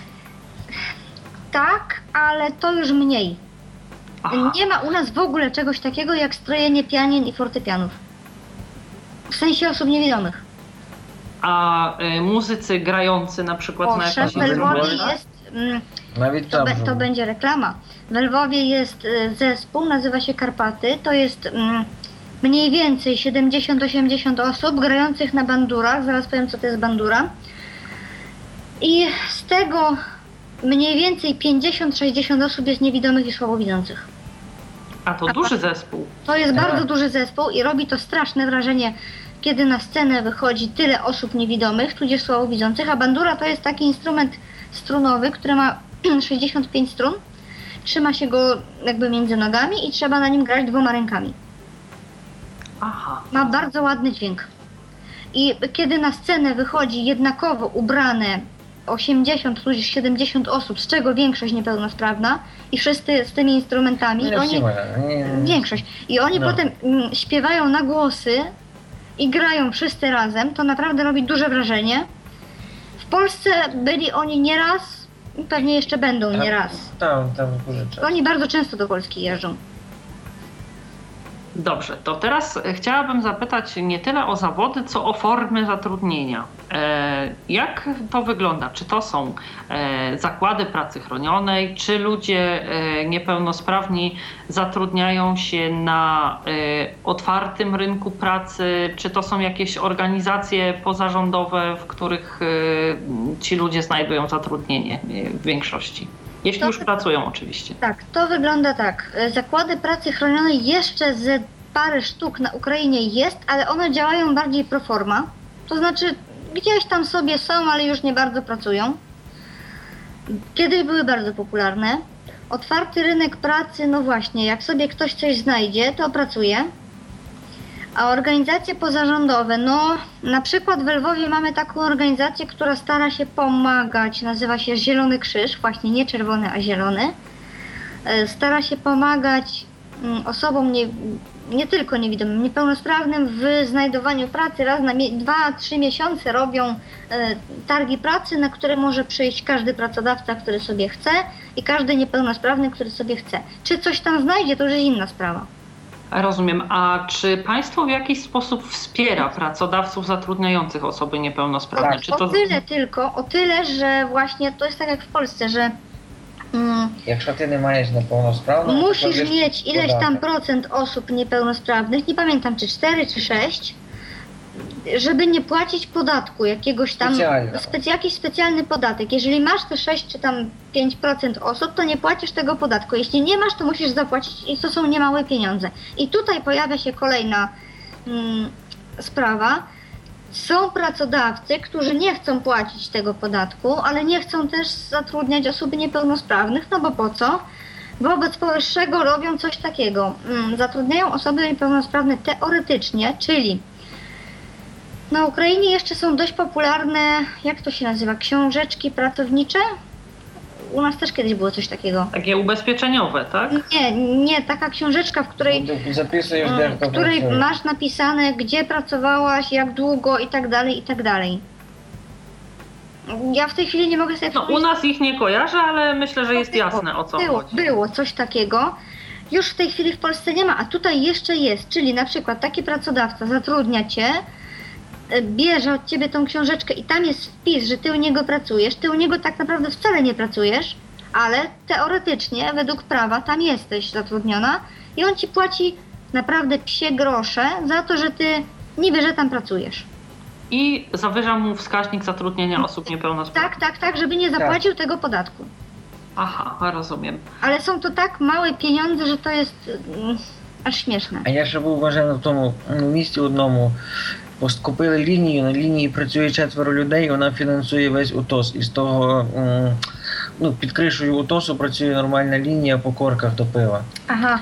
Tak, ale to już mniej. Aha. Nie ma u nas w ogóle czegoś takiego jak strojenie pianin i fortepianów. W sensie osób niewidomych. A muzycy grający na przykład na jakimś w Lwowie jest, to będzie reklama. W Lwowie jest zespół, nazywa się Karpaty. To jest mniej więcej 70-80 osób grających na bandurach. Zaraz powiem, co to jest bandura. I z tego mniej więcej 50-60 osób jest niewidomych i słabowidzących. A to duży zespół. To jest bardzo duży zespół i robi to straszne wrażenie, kiedy na scenę wychodzi tyle osób niewidomych, tudzież słabowidzących, a bandura to jest taki instrument strunowy, który ma 65 strun. Trzyma się go jakby między nogami i trzeba na nim grać 2 rękami. Aha. Ma bardzo ładny dźwięk. I kiedy na scenę wychodzi jednakowo ubrane 80 tudzież 70 osób, z czego większość niepełnosprawna i wszyscy z tymi instrumentami, większość. I oni potem śpiewają na głosy i grają wszyscy razem, to naprawdę robi duże wrażenie. W Polsce byli oni nieraz i pewnie jeszcze będą nieraz. Tam duży czas. Oni bardzo często do Polski jeżdżą. Dobrze, to teraz chciałabym zapytać nie tyle o zawody, co o formy zatrudnienia. Jak to wygląda? Czy to są zakłady pracy chronionej, czy ludzie niepełnosprawni zatrudniają się na otwartym rynku pracy, czy to są jakieś organizacje pozarządowe, w których ci ludzie znajdują zatrudnienie w większości? Jeśli już pracują oczywiście. Tak, to wygląda tak. Zakłady pracy chronionej jeszcze z parę sztuk na Ukrainie jest, ale one działają bardziej pro forma. To znaczy gdzieś tam sobie są, ale już nie bardzo pracują. Kiedyś były bardzo popularne. Otwarty rynek pracy, no właśnie, jak sobie ktoś coś znajdzie, to pracuje. A organizacje pozarządowe, no na przykład w Lwowie mamy taką organizację, która stara się pomagać, nazywa się Zielony Krzyż, właśnie nie czerwony, a zielony. Stara się pomagać osobom nie tylko niewidomym, niepełnosprawnym w znajdowaniu pracy. Raz na 2-3 miesiące robią targi pracy, na które może przyjść każdy pracodawca, który sobie chce i każdy niepełnosprawny, który sobie chce. Czy coś tam znajdzie, to już jest inna sprawa. Rozumiem. A czy państwo w jakiś sposób wspiera pracodawców zatrudniających osoby niepełnosprawne? Tak, Czy to... o tyle, że właśnie to jest tak jak w Polsce, że Якщо ти не маєш неповносправну, musisz mieć ileś tam procent osób niepełnosprawnych, nie pamiętam czy 4 czy 6, żeby nie płacić podatku jakiegoś tam, jakiś specjalny podatek. Jeżeli masz te 6 czy tam 5% osób, to nie płacisz tego podatku. Jeśli nie masz, to musisz zapłacić i to są niemałe pieniądze. I tutaj pojawia się kolejna sprawa. Są pracodawcy, którzy nie chcą płacić tego podatku, ale nie chcą też zatrudniać osób niepełnosprawnych, no bo po co? Wobec powyższego robią coś takiego. Zatrudniają osoby niepełnosprawne teoretycznie, czyli na Ukrainie jeszcze są dość popularne, jak to się nazywa, książeczki pracownicze? U nas też kiedyś było coś takiego. Takie ubezpieczeniowe, tak? Nie, taka książeczka, w której masz napisane, gdzie pracowałaś, jak długo i tak dalej, i tak dalej. Ja w tej chwili nie mogę sobie u nas ich nie kojarzę, ale myślę, że jest jasne, o co chodzi. Było coś takiego. Już w tej chwili w Polsce nie ma, a tutaj jeszcze jest. Czyli na przykład taki pracodawca zatrudnia cię, bierze od ciebie tą książeczkę i tam jest wpis, że ty u niego pracujesz. Ty u niego tak naprawdę wcale nie pracujesz, ale teoretycznie, według prawa, tam jesteś zatrudniona i on ci płaci naprawdę psie grosze za to, że ty niby, że tam pracujesz. I zawyża mu wskaźnik zatrudnienia osób niepełnosprawnych. Tak, żeby nie zapłacił tego podatku. Aha, rozumiem. Ale są to tak małe pieniądze, że to jest аж śmieszne. А я ще був вважаю в тому місті одному. Купили лінію, на лінії працює 4 людей, вона фінансує весь УТОС. І з того, під кришею УТОСу працює нормальна лінія по корках до пива. Ага.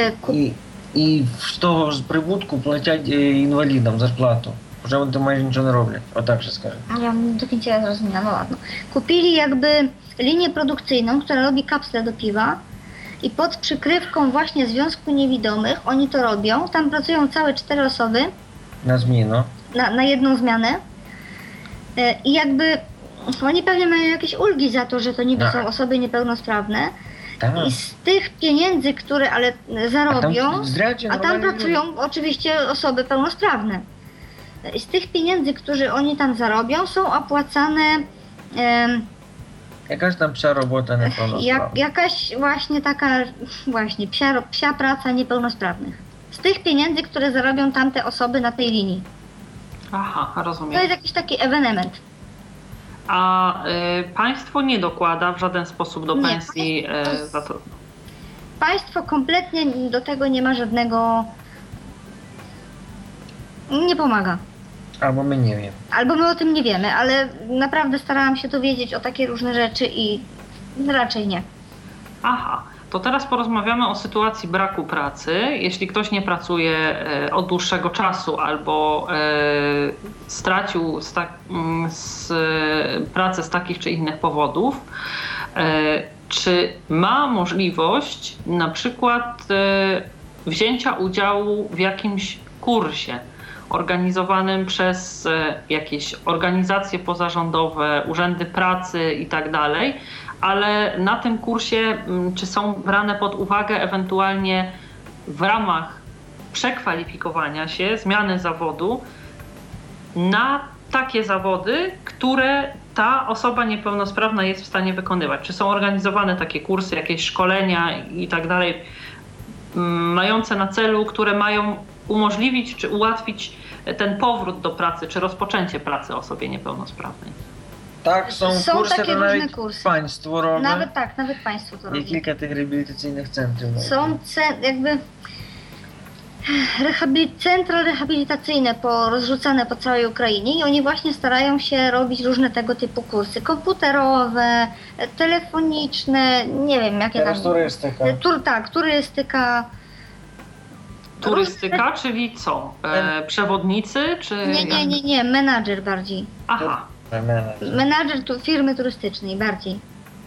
І з того з прибутку платять інвалідам зарплату. Вже вони майже нічого не роблять. Отак же скажу. Ja do końca zrozumiałam, no ładno. Kupili jakby linię produkcyjną, która robi kapsle do piwa i pod przykrywką właśnie Związku Niewidomych oni to robią. Tam pracują całe 4 osoby. Na zmianę. Na jedną zmianę. I jakby oni pewnie mają jakieś ulgi za to, że to niby są osoby niepełnosprawne. I z tych pieniędzy, które zarobią, a tam pracują oczywiście osoby pełnosprawne. I z tych pieniędzy, które oni tam zarobią, są opłacane jakaś tam psia robota niepełnosprawna. Jakaś właśnie taka psia praca niepełnosprawnych. Z tych pieniędzy, które zarobią tamte osoby na tej linii. Aha, rozumiem. To jest jakiś taki ewenement. A państwo nie dokłada w żaden sposób do Nie, pensji za to? Państwo kompletnie do tego nie ma żadnego... nie pomaga. Albo my nie wiemy. Albo my o tym nie wiemy, ale naprawdę starałam się dowiedzieć o takie różne rzeczy i raczej nie. Aha, to teraz porozmawiamy o sytuacji braku pracy. Jeśli ktoś nie pracuje od dłuższego czasu albo stracił pracę z takich czy innych powodów, czy ma możliwość na przykład wzięcia udziału w jakimś kursie organizowanym przez jakieś organizacje pozarządowe, urzędy pracy i tak dalej, ale na tym kursie czy są brane pod uwagę ewentualnie w ramach przekwalifikowania się, zmiany zawodu na takie zawody, które ta osoba niepełnosprawna jest w stanie wykonywać? Czy są organizowane takie kursy, jakieś szkolenia i tak dalej, mające na celu, które mają umożliwić czy ułatwić ten powrót do pracy, czy rozpoczęcie pracy osobie niepełnosprawnej? Tak, są kursy, takie to różne nawet kursy. państwo robi. Nawet państwo to I robi. kilka tych rehabilitacyjnych centrów. Są jakby centra rehabilitacyjne rozrzucane po całej Ukrainie i oni właśnie starają się robić różne tego typu kursy. Komputerowe, telefoniczne, nie wiem jakie tam... Turystyka. Turystyka. Turystyka, czyli co? Przewodnicy, czy... Nie, menadżer bardziej. Aha. Menadżer firmy turystycznej bardziej.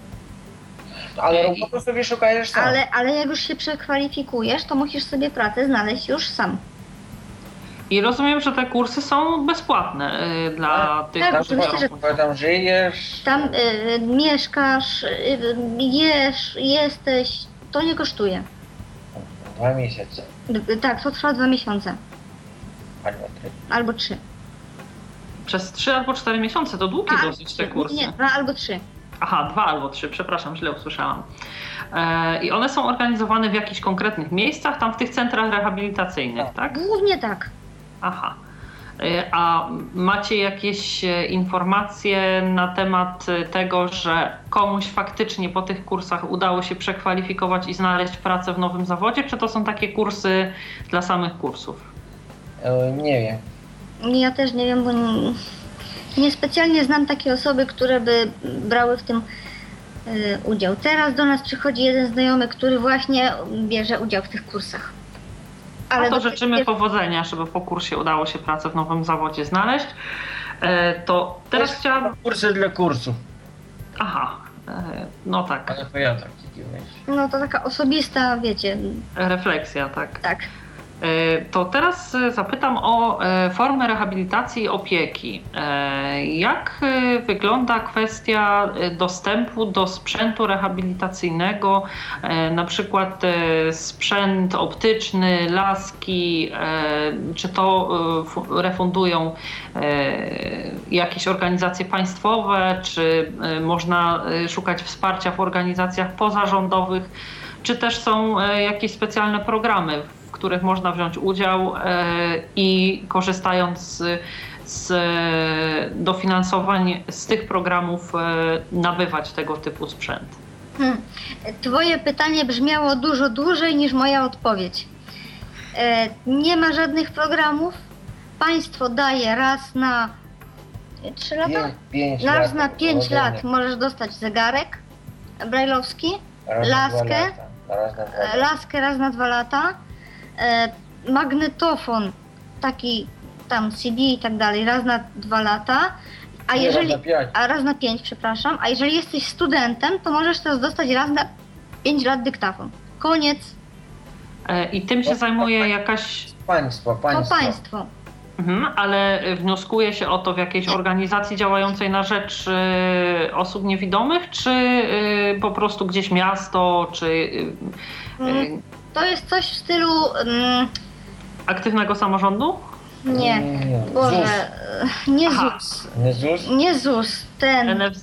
Ale robotu sobie szukajesz sam. Ale jak już się przekwalifikujesz, to musisz sobie pracę znaleźć już sam. I rozumiem, że te kursy są bezpłatne dla tych, tak, którzy oczywiście, że Tam żyjesz. tam mieszkasz, jesz, jesteś, to nie kosztuje. 2 miesiące. Tak, to trwa 2 miesiące. Albo 3. Przez 3 albo 4 miesiące, to długie dosyć te kursy. Nie, 2 albo 3. Aha, 2 albo 3, przepraszam, źle usłyszałam. I one są organizowane w jakichś konkretnych miejscach, tam w tych centrach rehabilitacyjnych, tak? Głównie tak. Aha. A macie jakieś informacje na temat tego, że komuś faktycznie po tych kursach udało się przekwalifikować i znaleźć pracę w nowym zawodzie, czy to są takie kursy dla samych kursów? Nie wiem. Ja też nie wiem, bo niespecjalnie znam takie osoby, które by brały w tym udział. Teraz do nas przychodzi jeden znajomy, który właśnie bierze udział w tych kursach. Ale to życzymy powodzenia, żeby po kursie udało się pracę w nowym zawodzie znaleźć. To teraz chciałam... Kursy dla kursów. Aha, no tak. Ale to ja tak myślę. No to taka osobista, wiecie. Refleksja, tak. Tak. To teraz zapytam o formę rehabilitacji i opieki. Jak wygląda kwestia dostępu do sprzętu rehabilitacyjnego, na przykład sprzęt optyczny, laski, czy to refundują jakieś organizacje państwowe, czy można szukać wsparcia w organizacjach pozarządowych, czy też są jakieś specjalne programy, w których można wziąć udział i korzystając z dofinansowań z tych programów nabywać tego typu sprzęt? Twoje pytanie brzmiało dużo dłużej niż moja odpowiedź. Nie ma żadnych programów. Państwo daje raz na 3 lata? 5 raz na 5 lat możesz dostać zegarek brajlowski, laskę raz na 2 lata, magnetofon taki tam CD i tak dalej raz na 2 lata, raz na 5, przepraszam, a jeżeli jesteś studentem, to możesz teraz dostać raz na 5 lat dyktafon. Koniec. I tym się zajmuje jakaś... Państwo. To państwo. Ale wnioskuje się o to w jakiejś organizacji działającej na rzecz osób niewidomych, czy po prostu gdzieś miasto, czy... To jest coś w stylu... aktywnego samorządu? Nie, Boże, nie ZUS. Nie ZUS, ten... NFZ?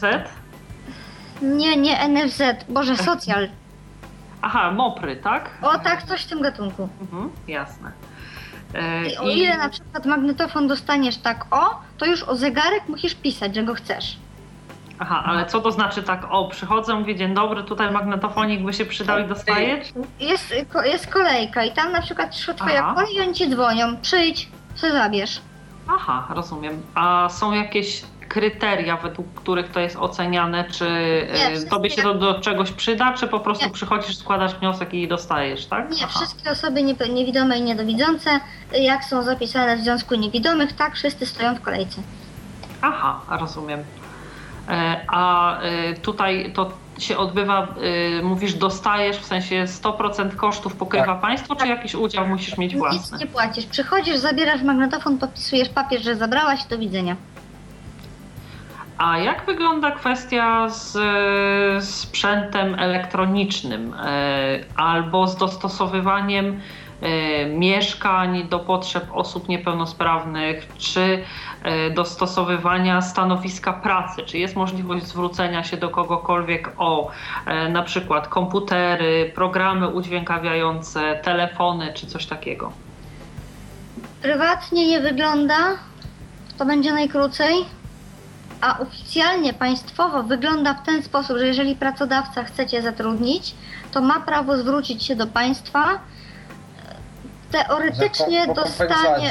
Nie NFZ, Boże, socjal. Aha, MOPRy, tak? O tak, coś w tym gatunku. Jasne. I o ile na przykład magnetofon dostaniesz tak to już o zegarek musisz pisać, że go chcesz. Aha, ale co to znaczy tak, przychodzę, mówię dzień dobry, tutaj magnetofonik by się przydał i dostaję? Jest kolejka i tam na przykład przyszła twoja kolej i oni ci dzwonią, przyjdź, co zabierz. Aha, rozumiem. A są jakieś kryteria, według których to jest oceniane, czy tobie się to do czegoś przyda, czy po prostu przychodzisz, składasz wniosek i dostajesz, tak? Nie, wszystkie osoby niewidome i niedowidzące, jak są zapisane w Związku Niewidomych, tak, wszyscy stoją w kolejce. Aha, rozumiem. A tutaj to się odbywa, mówisz, dostajesz, w sensie 100% kosztów pokrywa państwo, czy jakiś udział musisz mieć własny? Nic nie płacisz. Przychodzisz, zabierasz magnetofon, podpisujesz papier, że zabrałaś, do widzenia. A jak wygląda kwestia z sprzętem elektronicznym albo z dostosowywaniem mieszkań do potrzeb osób niepełnosprawnych, czy dostosowywania stanowiska pracy? Czy jest możliwość zwrócenia się do kogokolwiek o na przykład komputery, programy udźwiękawiające, telefony, czy coś takiego? Prywatnie nie wygląda, to będzie najkrócej. A oficjalnie, państwowo wygląda w ten sposób, że jeżeli pracodawca chce cię zatrudnić, to ma prawo zwrócić się do państwa. Teoretycznie dostanie...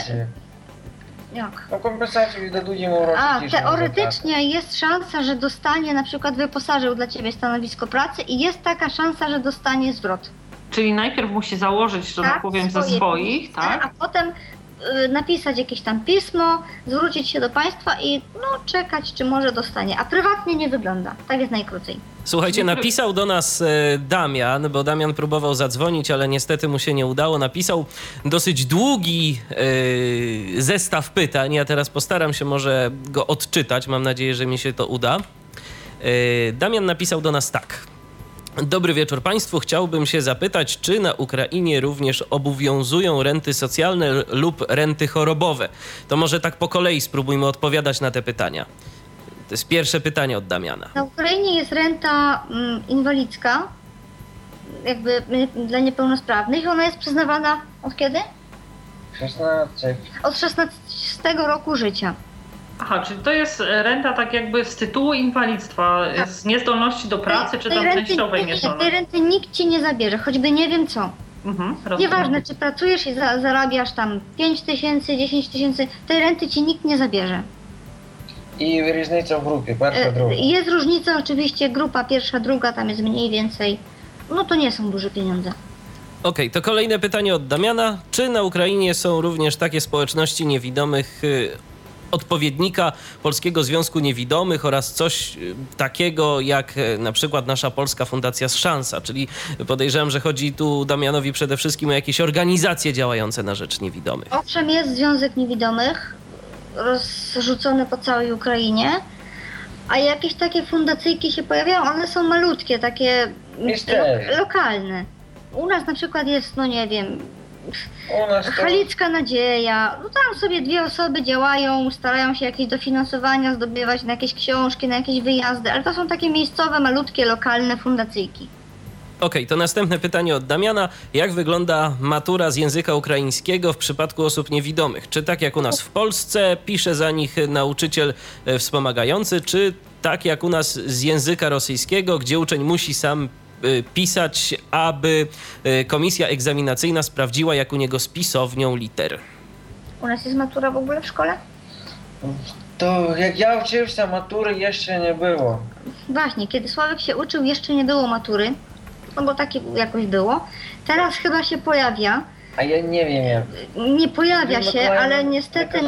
Jak? No kompensację dадут mu rocznie. Teoretycznie jest szansa, że dostanie, na przykład wyposażył dla ciebie stanowisko pracy i jest taka szansa, że dostanie zwrot. Czyli najpierw musi założyć, że tak powiem, ze swoich, tak? A potem napisać jakieś tam pismo, zwrócić się do państwa i czekać, czy może dostanie. A prywatnie nie wygląda. Tak jest najkrócej. Słuchajcie, napisał do nas Damian, bo Damian próbował zadzwonić, ale niestety mu się nie udało. Napisał dosyć długi zestaw pytań. Ja teraz postaram się może go odczytać. Mam nadzieję, że mi się to uda. Damian napisał do nas tak. Dobry wieczór Państwu. Chciałbym się zapytać, czy na Ukrainie również obowiązują renty socjalne lub renty chorobowe? To może tak po kolei spróbujmy odpowiadać na te pytania. To jest pierwsze pytanie od Damiana. Na Ukrainie jest renta inwalidzka, jakby dla niepełnosprawnych i ona jest przyznawana od kiedy? 16. Od 16 roku życia. Aha, czyli to jest renta tak jakby z tytułu inwalidztwa, z niezdolności do pracy, czy tam częściowej niezdolności? Tej renty nikt ci nie zabierze, choćby nie wiem co. Nieważne, czy pracujesz i zarabiasz tam 5 tysięcy, 10 tysięcy, tej renty ci nikt nie zabierze. I różnica w grupie, pierwsza, druga. Jest różnica oczywiście, grupa pierwsza, druga, tam jest mniej więcej. No to nie są duże pieniądze. Okej, to kolejne pytanie od Damiana. Czy na Ukrainie są również takie społeczności niewidomych, odpowiednika Polskiego Związku Niewidomych oraz coś takiego jak na przykład nasza Polska Fundacja Szansa, czyli podejrzewam, że chodzi tu Damianowi przede wszystkim o jakieś organizacje działające na rzecz niewidomych. Owszem, jest Związek Niewidomych rozrzucony po całej Ukrainie, a jakieś takie fundacyjki się pojawiają, one są malutkie, takie lokalne. U nas na przykład jest, nie wiem, Halicka Nadzieja, tam sobie 2 osoby działają, starają się jakieś dofinansowania zdobywać na jakieś książki, na jakieś wyjazdy, ale to są takie miejscowe, malutkie, lokalne fundacyjki. Okej, to następne pytanie od Damiana. Jak wygląda matura z języka ukraińskiego w przypadku osób niewidomych? Czy tak jak u nas w Polsce pisze za nich nauczyciel wspomagający, czy tak jak u nas z języka rosyjskiego, gdzie uczeń musi sam pisać, aby komisja egzaminacyjna sprawdziła, jak u niego z pisownią liter? U nas jest matura w ogóle w szkole? To jak ja uczyłem, matury jeszcze nie było. Właśnie, kiedy Sławek się uczył, jeszcze nie było matury, bo takie jakoś było. Teraz chyba się pojawia. A ja nie wiem jak. Nie pojawia się, ale niestety...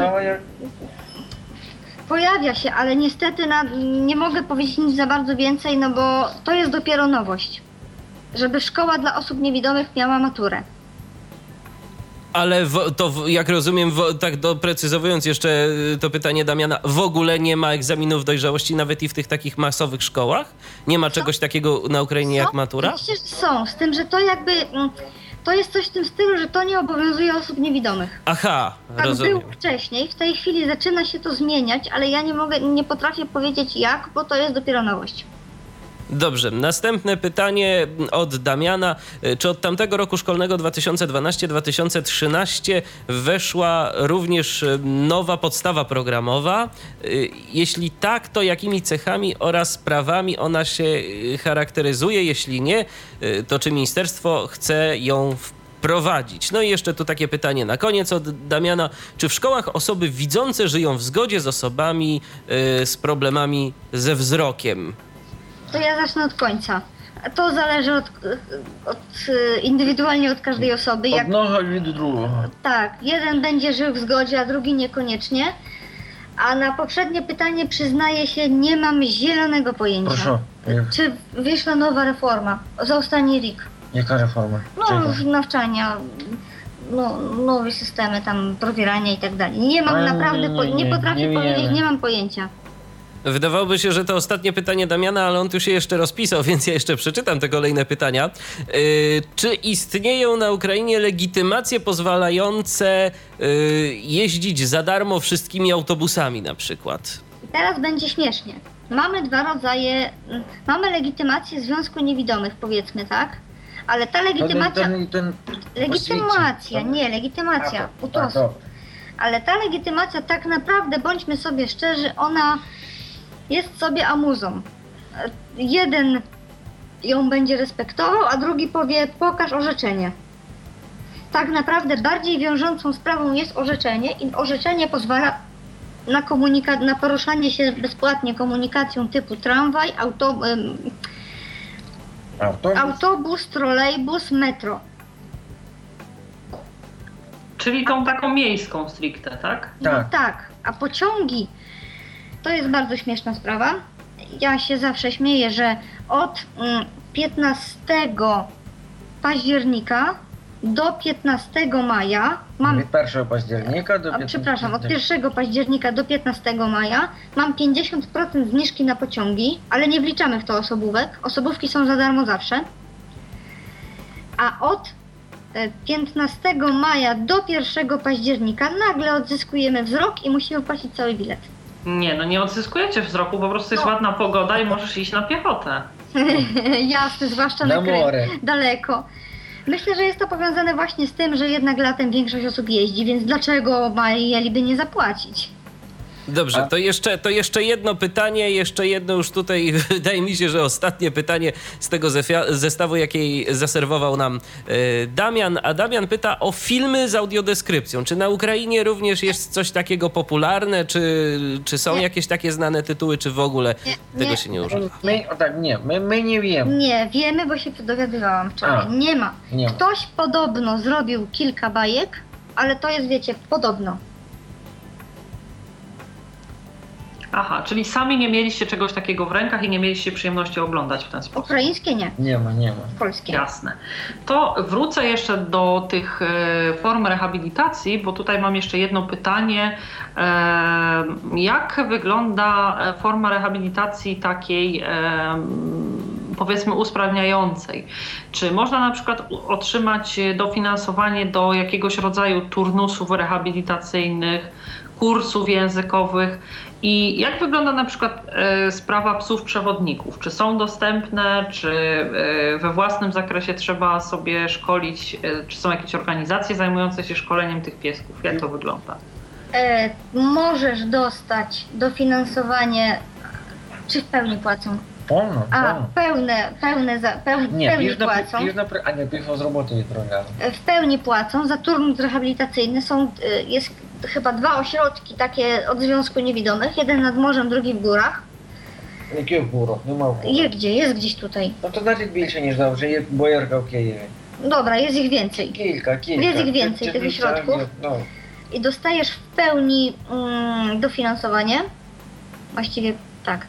Pojawia się, ale niestety nie mogę powiedzieć nic za bardzo więcej, bo to jest dopiero nowość. Żeby szkoła dla osób niewidomych miała maturę. Ale jak rozumiem, tak doprecyzowując jeszcze to pytanie Damiana, w ogóle nie ma egzaminów dojrzałości nawet i w tych takich masowych szkołach? Nie ma czegoś takiego na Ukrainie jak matura? Oczywiście, że są, z tym, że to jakby... To jest coś w tym stylu, że to nie obowiązuje osób niewidomych. Aha, tak rozumiem. Było wcześniej, w tej chwili zaczyna się to zmieniać, ale ja nie potrafię powiedzieć jak, bo to jest dopiero nowość. Dobrze, następne pytanie od Damiana. Czy od tamtego roku szkolnego 2012-2013 weszła również nowa podstawa programowa? Jeśli tak, to jakimi cechami oraz prawami ona się charakteryzuje? Jeśli nie, to czy ministerstwo chce ją wprowadzić? No i jeszcze tu takie pytanie na koniec od Damiana. Czy w szkołach osoby widzące żyją w zgodzie z osobami z problemami ze wzrokiem? To ja zacznę od końca. To zależy indywidualnie od każdej osoby. Od noga i do drugiego. Tak, jeden będzie żył w zgodzie, a drugi niekoniecznie. A na poprzednie pytanie przyznaję się, nie mam zielonego pojęcia. Proszę. Czy wyszła nowa reforma za ostatni rok? Jaka reforma? Już nawczania, nowe systemy tam probierania i tak dalej. Nie mam naprawdę, nie potrafię powiedzieć, nie mam pojęcia. Wydawałoby się, że to ostatnie pytanie Damiana, ale on tu się jeszcze rozpisał, więc ja jeszcze przeczytam te kolejne pytania. Czy istnieją na Ukrainie legitymacje pozwalające jeździć za darmo wszystkimi autobusami na przykład? Teraz będzie śmiesznie. Mamy dwa rodzaje, mamy legitymację Związku Niewidomych, powiedzmy, tak? Ale ta legitymacja... Legitymacja UTOS-u. Ale ta legitymacja tak naprawdę, bądźmy sobie szczerzy, ona jest sobie amuzą. Jeden ją będzie respektował, a drugi powie, pokaż orzeczenie. Tak naprawdę bardziej wiążącą sprawą jest orzeczenie i orzeczenie pozwala na na poruszanie się bezpłatnie komunikacją typu tramwaj, autobus, trolejbus, metro. Czyli tą taką miejską stricte, tak? No tak, a pociągi to jest bardzo śmieszna sprawa. Ja się zawsze śmieję, że od 15 października do 15 maja mam... Od 1 października do 15... Przepraszam, od 1 października do 15 maja mam 50% zniżki na pociągi, ale nie wliczamy w to osobówek. Osobówki są za darmo zawsze. A od 15 maja do 1 października nagle odzyskujemy wzrok i musimy płacić cały bilet. Nie, no nie odzyskujecie wzroku, po prostu jest ładna pogoda i możesz iść na piechotę. Jasne, zwłaszcza na daleko. Myślę, że jest to powiązane właśnie z tym, że jednak latem większość osób jeździ, więc dlaczego mieliby nie zapłacić? Dobrze, to jeszcze jedno pytanie, już tutaj wydaje mi się, że ostatnie pytanie z tego zestawu, jakiej zaserwował nam Damian. A Damian pyta o filmy z audiodeskrypcją. Czy na Ukrainie również jest coś takiego popularne? Czy są jakieś takie znane tytuły, czy w ogóle tego się nie używa? My nie wiemy. Nie, wiemy, bo się dowiadywałam wczoraj. Nie ma. Ktoś podobno zrobił kilka bajek, ale to jest, wiecie, podobno. Aha, czyli sami nie mieliście czegoś takiego w rękach i nie mieliście przyjemności oglądać w ten sposób. Ukraińskie nie. Nie ma. Polskie. Jasne. To wrócę jeszcze do tych form rehabilitacji, bo tutaj mam jeszcze jedno pytanie. Jak wygląda forma rehabilitacji takiej, powiedzmy, usprawniającej? Czy można na przykład otrzymać dofinansowanie do jakiegoś rodzaju turnusów rehabilitacyjnych, kursów językowych? I jak wygląda na przykład sprawa psów przewodników? Czy są dostępne, czy we własnym zakresie trzeba sobie szkolić? Czy są jakieś organizacje zajmujące się szkoleniem tych piesków? Jak to wygląda? Możesz dostać dofinansowanie, czy w pełni płacą? Pełne płacą. W pełni płacą za turnus rehabilitacyjny. Jest chyba 2 ośrodki takie od Związku Niewidomych. Jeden nad morzem, drugi w górach. Jakie w górach? Nie ma w górach. Jest gdzieś tutaj. No to znaczy więcej niż dobrze, jest bojerka w Kijowie. Dobra, jest ich więcej. Kilka. Jest ich więcej, tych ośrodków. I dostajesz w pełni dofinansowanie. Właściwie tak.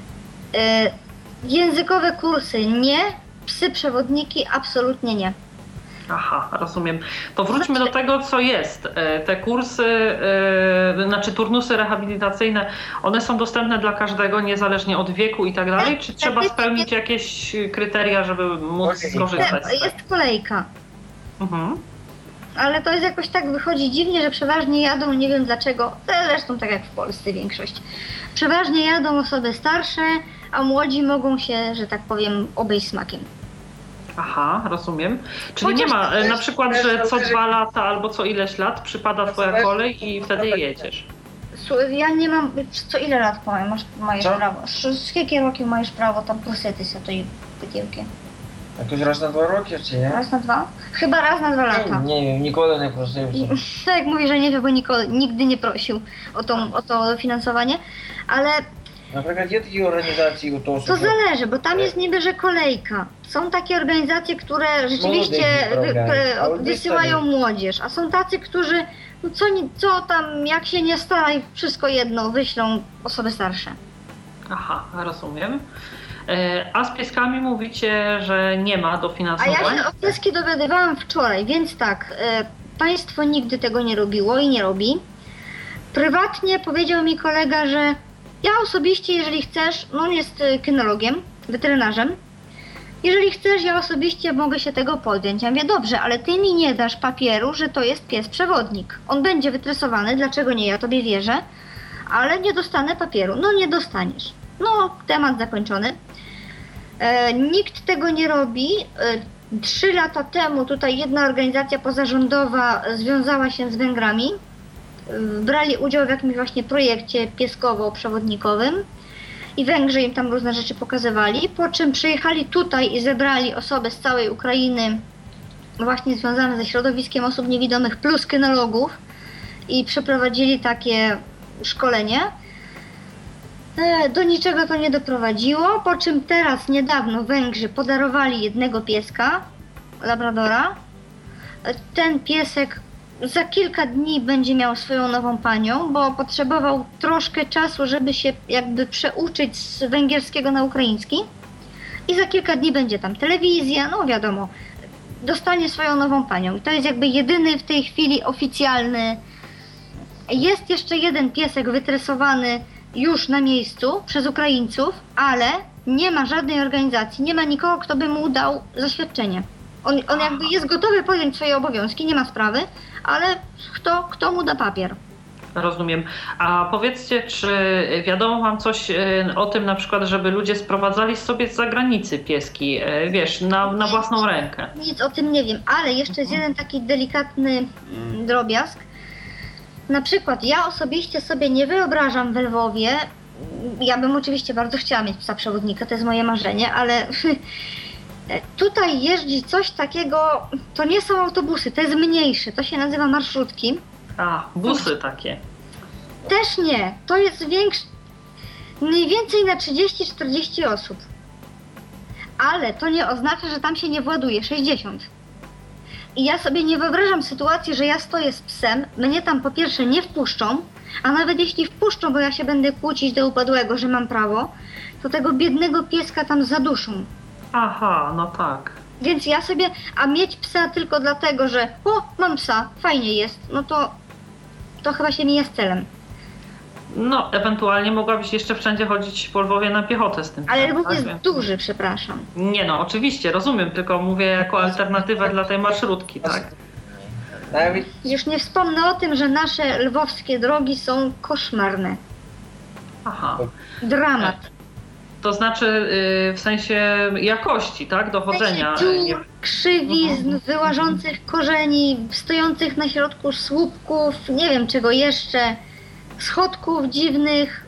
Językowe kursy nie, psy przewodniki absolutnie nie. Aha, rozumiem. To wróćmy do tego, co jest. Te kursy, turnusy rehabilitacyjne, one są dostępne dla każdego, niezależnie od wieku i tak dalej? Czy trzeba spełnić jakieś kryteria, żeby móc skorzystać? Jest kolejka. Ale to jest jakoś tak, wychodzi dziwnie, że przeważnie jadą, nie wiem dlaczego, zresztą tak jak w Polsce większość. Przeważnie jadą osoby starsze, a młodzi mogą się, że tak powiem, obejść smakiem. Aha, rozumiem. Czyli Chociaż nie ma to jest- na przykład, to jest że co zależy- 2 lata albo co ileś lat przypada twoja kolej i wtedy jedziesz. Ja nie mam, co ile lat masz Co? prawo? Скільки років маєш право там проситися тої путівки? Jakoś raz na 2 roki, czy nie? Raz na 2? Chyba raz na 2 lata. Nie wiem, nikogo nie prosiłem. Tak jak mówi, że nie wie, bo nigdy nie prosił o to dofinansowanie, ale Наприклад, є такі організації у того, to zależy, bo tam jest niby, że kolejka. Są takie organizacje, które rzeczywiście wysyłają młodzież, a są tacy, którzy no co tam, jak się nie stara, wszystko jedno, wyślą osoby starsze. Aha, rozumiem. A z pieskami mówicie, że nie ma A dofinansowania? ja się o pieski dowiadywałam wczoraj, więc tak, państwo nigdy tego nie robiło i nie robi. Prywatnie powiedział mi kolega, że ja osobiście, jeżeli chcesz, no on jest kynologiem, weterynarzem, jeżeli chcesz, ja osobiście mogę się tego podjąć. Ja mówię, dobrze, ale ty mi nie dasz papieru, że to jest pies przewodnik. On będzie wytresowany, dlaczego nie, ja tobie wierzę, ale nie dostanę papieru. No nie dostaniesz. No, temat zakończony. Nikt tego nie robi. 3 lata temu tutaj jedna organizacja pozarządowa związała się z Węgrami. Brali udział w jakimś właśnie projekcie pieskowo-przewodnikowym i Węgrzy im tam różne rzeczy pokazywali, po czym przyjechali tutaj i zebrali osoby z całej Ukrainy właśnie związane ze środowiskiem osób niewidomych plus kynologów i przeprowadzili takie szkolenie. Do niczego to nie doprowadziło, po czym teraz niedawno Węgrzy podarowali jednego pieska, labradora. Ten piesek za kilka dni będzie miał swoją nową panią, bo potrzebował troszkę czasu, żeby się jakby przeuczyć z węgierskiego na ukraiński. I za kilka dni będzie tam telewizja, no wiadomo, dostanie swoją nową panią. I to jest jakby jedyny w tej chwili oficjalny. Jest jeszcze jeden piesek wytresowany już na miejscu przez Ukraińców, ale nie ma żadnej organizacji, nie ma nikogo, kto by mu dał zaświadczenie. On jakby jest gotowy podjąć swoje obowiązki, nie ma sprawy, ale kto mu da papier? Rozumiem. A powiedzcie, czy wiadomo wam coś o tym na przykład, żeby ludzie sprowadzali sobie z zagranicy pieski, wiesz, na własną rękę? Nic o tym nie wiem, ale jeszcze jest jeden taki delikatny drobiazg. Na przykład ja osobiście sobie nie wyobrażam w Lwowie, ja bym oczywiście bardzo chciała mieć psa przewodnika, to jest moje marzenie, ale tutaj jeździ coś takiego, to nie są autobusy, to jest mniejsze, to się nazywa marszrutki. A, busy takie. Też nie, to jest większe, mniej więcej na 30-40 osób. Ale to nie oznacza, że tam się nie właduje 60. I ja sobie nie wyobrażam sytuacji, że ja stoję z psem, mnie tam po pierwsze nie wpuszczą, a nawet jeśli wpuszczą, bo ja się będę kłócić do upadłego, że mam prawo, to tego biednego pieska tam zaduszą. Aha, no tak. Więc ja sobie, a mieć psa tylko dlatego, że mam psa, fajnie jest, no to chyba się mija z celem. No, ewentualnie mogłabyś jeszcze wszędzie chodzić po Lwowie na piechotę z tym psem. Ale Lwów tak? jest duży, przepraszam. Nie no, oczywiście, rozumiem, tylko mówię jako alternatywę dla tej marszrutki, tak? Навіть Już nie wspomnę o tym, że nasze lwowskie drogi są koszmarne. Aha. Dramat. To znaczy w sensie jakości, tak? Dochodzenia. Dziur, krzywizn, wyłażących korzeni, stojących na środku słupków, nie wiem czego jeszcze, schodków dziwnych.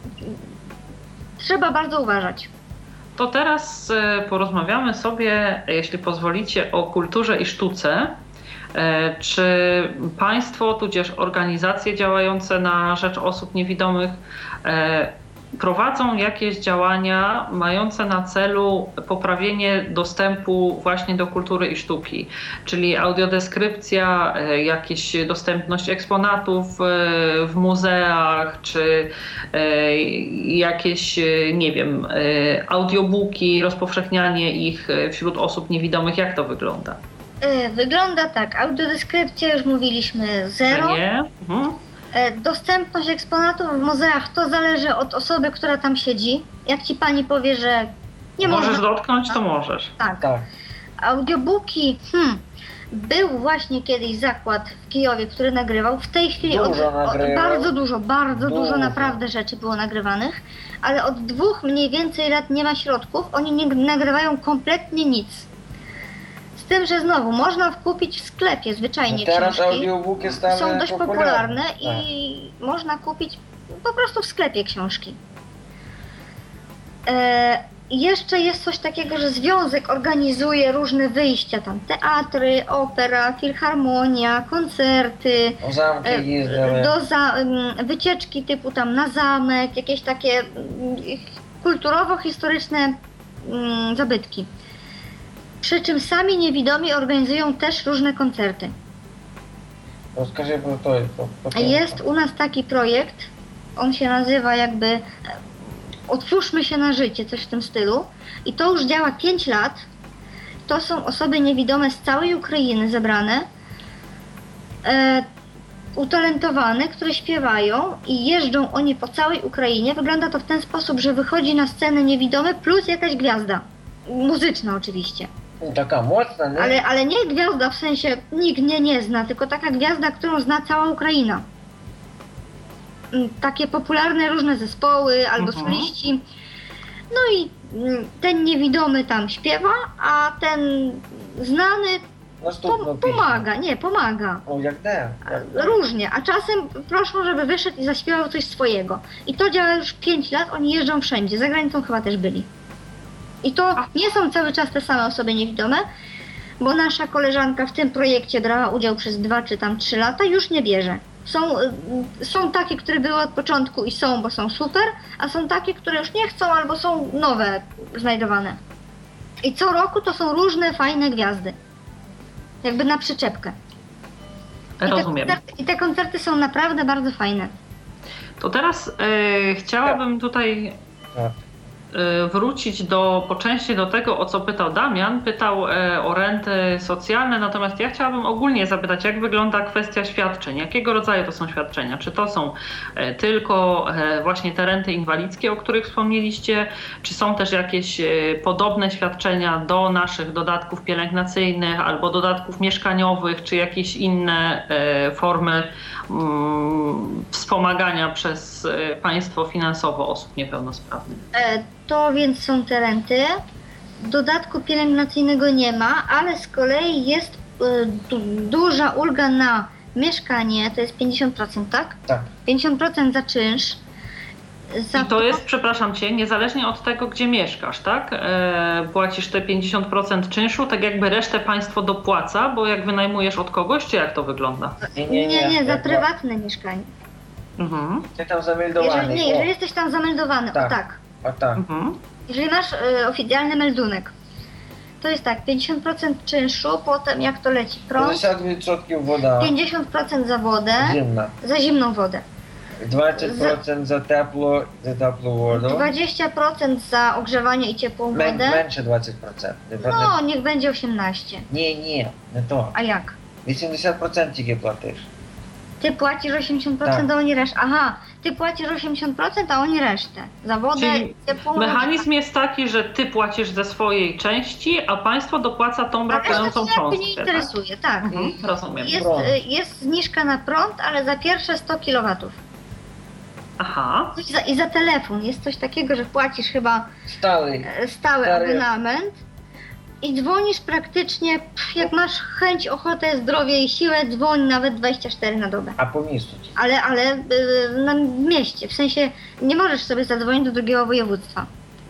Trzeba bardzo uważać. To teraz porozmawiamy sobie, jeśli pozwolicie, o kulturze i sztuce. Czy państwo, tudzież organizacje działające na rzecz osób niewidomych prowadzą jakieś działania mające na celu poprawienie dostępu właśnie do kultury i sztuki, czyli audiodeskrypcja, jakieś dostępność eksponatów w muzeach, czy jakieś, nie wiem, audiobooki, rozpowszechnianie ich wśród osób niewidomych. Jak to wygląda? Wygląda tak, audiodeskrypcja już mówiliśmy, zero. Nie? Mhm. Dostępność eksponatów w muzeach to zależy od osoby, która tam siedzi. Jak ci pani powie, że nie Możesz można... dotknąć, to możesz. Tak. tak. Audiobooki, Był właśnie kiedyś zakład w Kijowie, który nagrywał. W tej chwili bardzo dużo naprawdę rzeczy było nagrywanych, ale od 2 mniej więcej lat nie ma środków. Oni nie nagrywają kompletnie nic. Z tym, że znowu można kupić w sklepie zwyczajnie Teraz książki. audiobooki Są dość popularne i można kupić po prostu w sklepie książki. Jeszcze jest coś takiego, że związek organizuje różne wyjścia, tam teatry, opera, filharmonia, koncerty, wycieczki typu tam na zamek, jakieś takie kulturowo-historyczne zabytki. Przy czym sami niewidomi organizują też różne koncerty. Rozkażę, bo to jest u nas taki projekt, on się nazywa jakby Otwórzmy się na życie, coś w tym stylu. I to już działa 5 lat. To są osoby niewidome z całej Ukrainy zebrane, utalentowane, które śpiewają i jeżdżą oni po całej Ukrainie. Wygląda to w ten sposób, że wychodzi na scenę niewidomy plus jakaś gwiazda. Muzyczna oczywiście. Taka mocna, nie? Ale nie gwiazda w sensie nikt nie zna, tylko taka gwiazda, którą zna cała Ukraina. Takie popularne różne zespoły albo soliści. No i ten niewidomy tam śpiewa, a ten znany pomaga. O, jak Różnie, a czasem proszą, żeby wyszedł i zaśpiewał coś swojego. I to działa już 5 lat, oni jeżdżą wszędzie, za granicą chyba też byli. I to nie są cały czas te same osoby niewidome, bo nasza koleżanka w tym projekcie brała udział przez 2 czy tam 3 lata, już nie bierze. Są takie, które były od początku i są, bo są super, a są takie, które już nie chcą albo są nowe znajdowane. I co roku to są różne fajne gwiazdy. Jakby na przyczepkę. Rozumiem. I te koncerty są naprawdę bardzo fajne. To teraz chciałabym tutaj wrócić po części do tego, o co pytał Damian. Pytał o renty socjalne, natomiast ja chciałabym ogólnie zapytać, jak wygląda kwestia świadczeń. Jakiego rodzaju to są świadczenia? Czy to są tylko właśnie te renty inwalidzkie, o których wspomnieliście? Czy są też jakieś podobne świadczenia do naszych dodatków pielęgnacyjnych albo dodatków mieszkaniowych, czy jakieś inne formy wspomagania przez państwo finansowo osób niepełnosprawnych? To więc są te renty. Dodatku pielęgnacyjnego nie ma, ale z kolei jest duża ulga na mieszkanie, to jest 50%, tak? Tak. 50% za czynsz. I to jest, przepraszam Cię, niezależnie od tego, gdzie mieszkasz, tak? Płacisz te 50% czynszu, tak jakby resztę państwo dopłaca, bo jak wynajmujesz od kogoś, czy jak to wygląda? Nie, za prywatne mieszkanie. Mhm. Ty tam zameldowany. Jeżeli jesteś tam zameldowany, tak. Mhm. Jeżeli masz oficjalny meldunek, to jest tak, 50% czynszu, potem jak to leci prąd, 50% woda, 50% za wodę, za zimną wodę, 20% za teplą wodę, 20% za ogrzewanie i ciepłą wodę. Менше 20%. No, niech będzie 18%. Nie to. A jak? 80% tільки платиш. Ty płacisz 80%, tak. A oni resztę. Aha, ty płacisz 80%, a oni resztę. Za wodę, czyli ciepłą. mechanizm jest taki, że ty płacisz ze swojej części, a państwo dopłaca tą brakującą cząstkę. Nie interesuje, tak. Rozumiem. Jest zniżka na prąd, ale za pierwsze 100 kW. Aha. I za telefon jest coś takiego, że płacisz chyba stały abonament i dzwonisz praktycznie, jak masz chęć, ochotę, zdrowie i siłę, dzwoń nawet 24 na dobę. A po miestu? Ale na mieście, w sensie nie możesz sobie zadzwonić do drugiego województwa.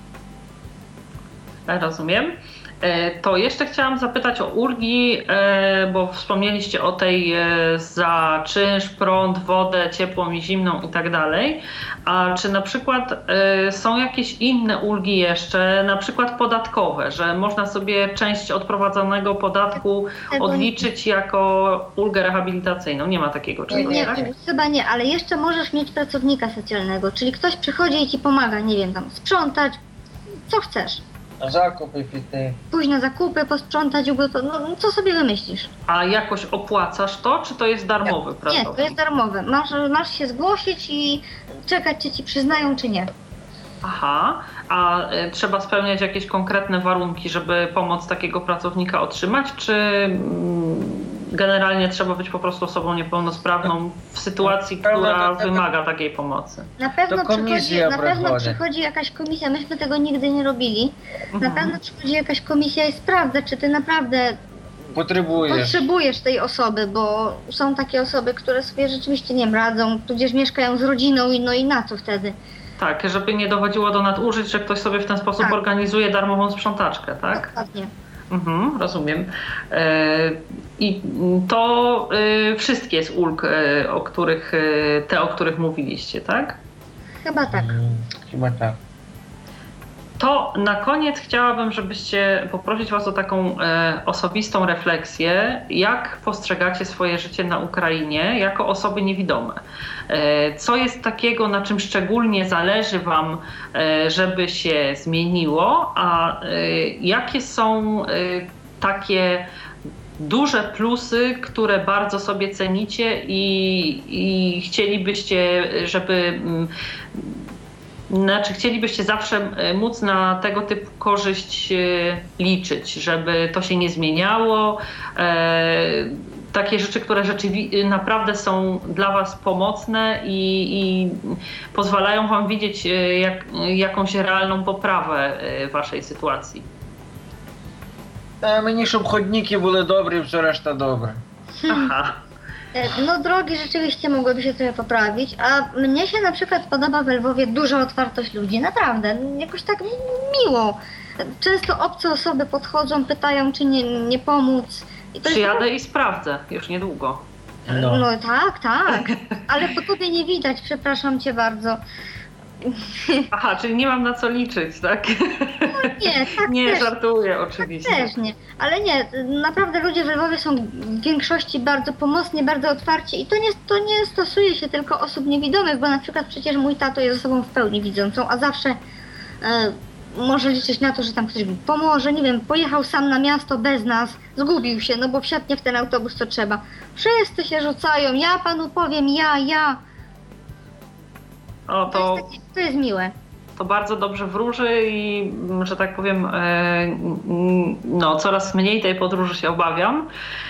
Rozumiem. To jeszcze chciałam zapytać o ulgi, bo wspomnieliście o tej za czynsz, prąd, wodę, ciepłą i zimną i tak dalej. A czy na przykład są jakieś inne ulgi jeszcze, na przykład podatkowe, że można sobie część odprowadzonego podatku odliczyć jako ulgę rehabilitacyjną? Nie ma takiego czegoś, tak? Chyba nie, ale jeszcze możesz mieć pracownika socjalnego, czyli ktoś przychodzi i ci pomaga, nie wiem, tam sprzątać, co chcesz. Zakupy pitne. Pójść na zakupy, posprzątać, no co sobie wymyślisz? A jakoś opłacasz to, czy to jest darmowy pracownik? Nie, to jest darmowe. Masz się zgłosić i czekać, czy ci przyznają, czy nie. Aha, a trzeba spełniać jakieś konkretne warunki, żeby pomoc takiego pracownika otrzymać, czy generalnie trzeba być po prostu osobą niepełnosprawną w sytuacji, która wymaga takiej pomocy? Na pewno przychodzi jakaś komisja, myśmy tego nigdy nie robili. Na pewno przychodzi jakaś komisja i sprawdza, czy ty naprawdę potrzebujesz tej osoby, bo są takie osoby, które sobie rzeczywiście nie radzą, tudzież mieszkają z rodziną i na co wtedy? Tak, żeby nie dochodziło do nadużyć, że ktoś sobie w ten sposób organizuje darmową sprzątaczkę, tak? Dokładnie. Rozumiem. I to wszystkie z ulg, o których mówiliście, tak? Chyba tak. Chyba tak. To na koniec chciałabym, żebyście poprosić Was o taką osobistą refleksję, jak postrzegacie swoje życie na Ukrainie jako osoby niewidome. Co jest takiego, na czym szczególnie zależy Wam, żeby się zmieniło, a jakie są takie duże plusy, które bardzo sobie cenicie i chcielibyście, chcielibyście zawsze móc na tego typu korzyść liczyć, żeby to się nie zmieniało. Takie rzeczy, które naprawdę są dla Was pomocne i pozwalają Wam widzieć jakąś realną poprawę Waszej sytuacji. Mені, щоб chodniki były dobre i все решта dobre. Aha. No drogi rzeczywiście mogłyby się trochę poprawić, a mnie się na przykład podoba w Lwowie duża otwartość ludzi, naprawdę, jakoś tak miło. Często obce osoby podchodzą, pytają, czy nie pomóc. Przyjadę i sprawdzę, już niedługo. No tak, ale po tobie nie widać, przepraszam cię bardzo. Aha, czyli nie mam na co liczyć, tak? No nie, tak nie, też, żartuję oczywiście. Tak też nie, ale nie, naprawdę ludzie w Lwowie są w większości bardzo pomocni, bardzo otwarci i to nie stosuje się tylko osób niewidomych, bo na przykład przecież mój tato jest osobą w pełni widzącą, a zawsze może liczyć na to, że tam ktoś mu pomoże, nie wiem, pojechał sam na miasto bez nas, zgubił się, no bo wsiadnie w ten autobus, to trzeba. Wszyscy się rzucają, ja panu powiem, ja. O, to jest miłe. To bardzo dobrze wróży i, że tak powiem, coraz mniej tej podróży się obawiam.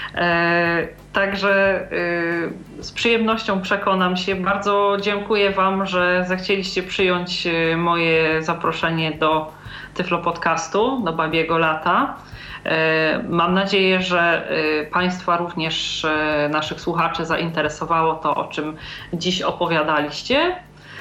Także z przyjemnością przekonam się. Bardzo dziękuję Wam, że zechcieliście przyjąć moje zaproszenie do Tyflo Podcastu, do Babiego Lata. Mam nadzieję, że Państwa również, naszych słuchaczy, zainteresowało to, o czym dziś opowiadaliście.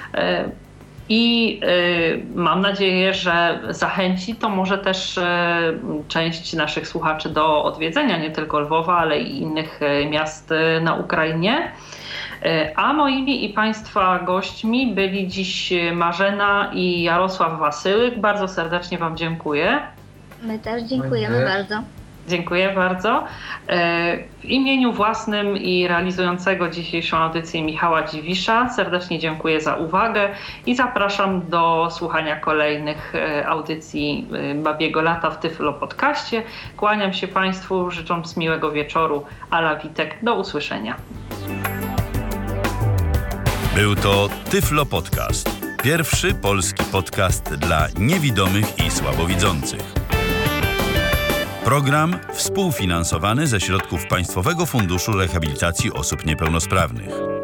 I mam nadzieję, że zachęci to może też część naszych słuchaczy do odwiedzenia nie tylko Lwowa, ale i innych miast na Ukrainie. A moimi i Państwa gośćmi byli dziś Marzena i Jarosław Wasyłyk. Bardzo serdecznie Wam dziękuję. My też dziękujemy bardzo. Dziękuję bardzo. W imieniu własnym i realizującego dzisiejszą audycję Michała Dziwisza serdecznie dziękuję za uwagę i zapraszam do słuchania kolejnych audycji Babiego Lata w Tyflo Podcaście. Kłaniam się Państwu, życząc miłego wieczoru. Ala Witek, do usłyszenia. Był to Tyflo Podcast. Pierwszy polski podcast dla niewidomych i słabowidzących. Program współfinansowany ze środków Państwowego Funduszu Rehabilitacji Osób Niepełnosprawnych.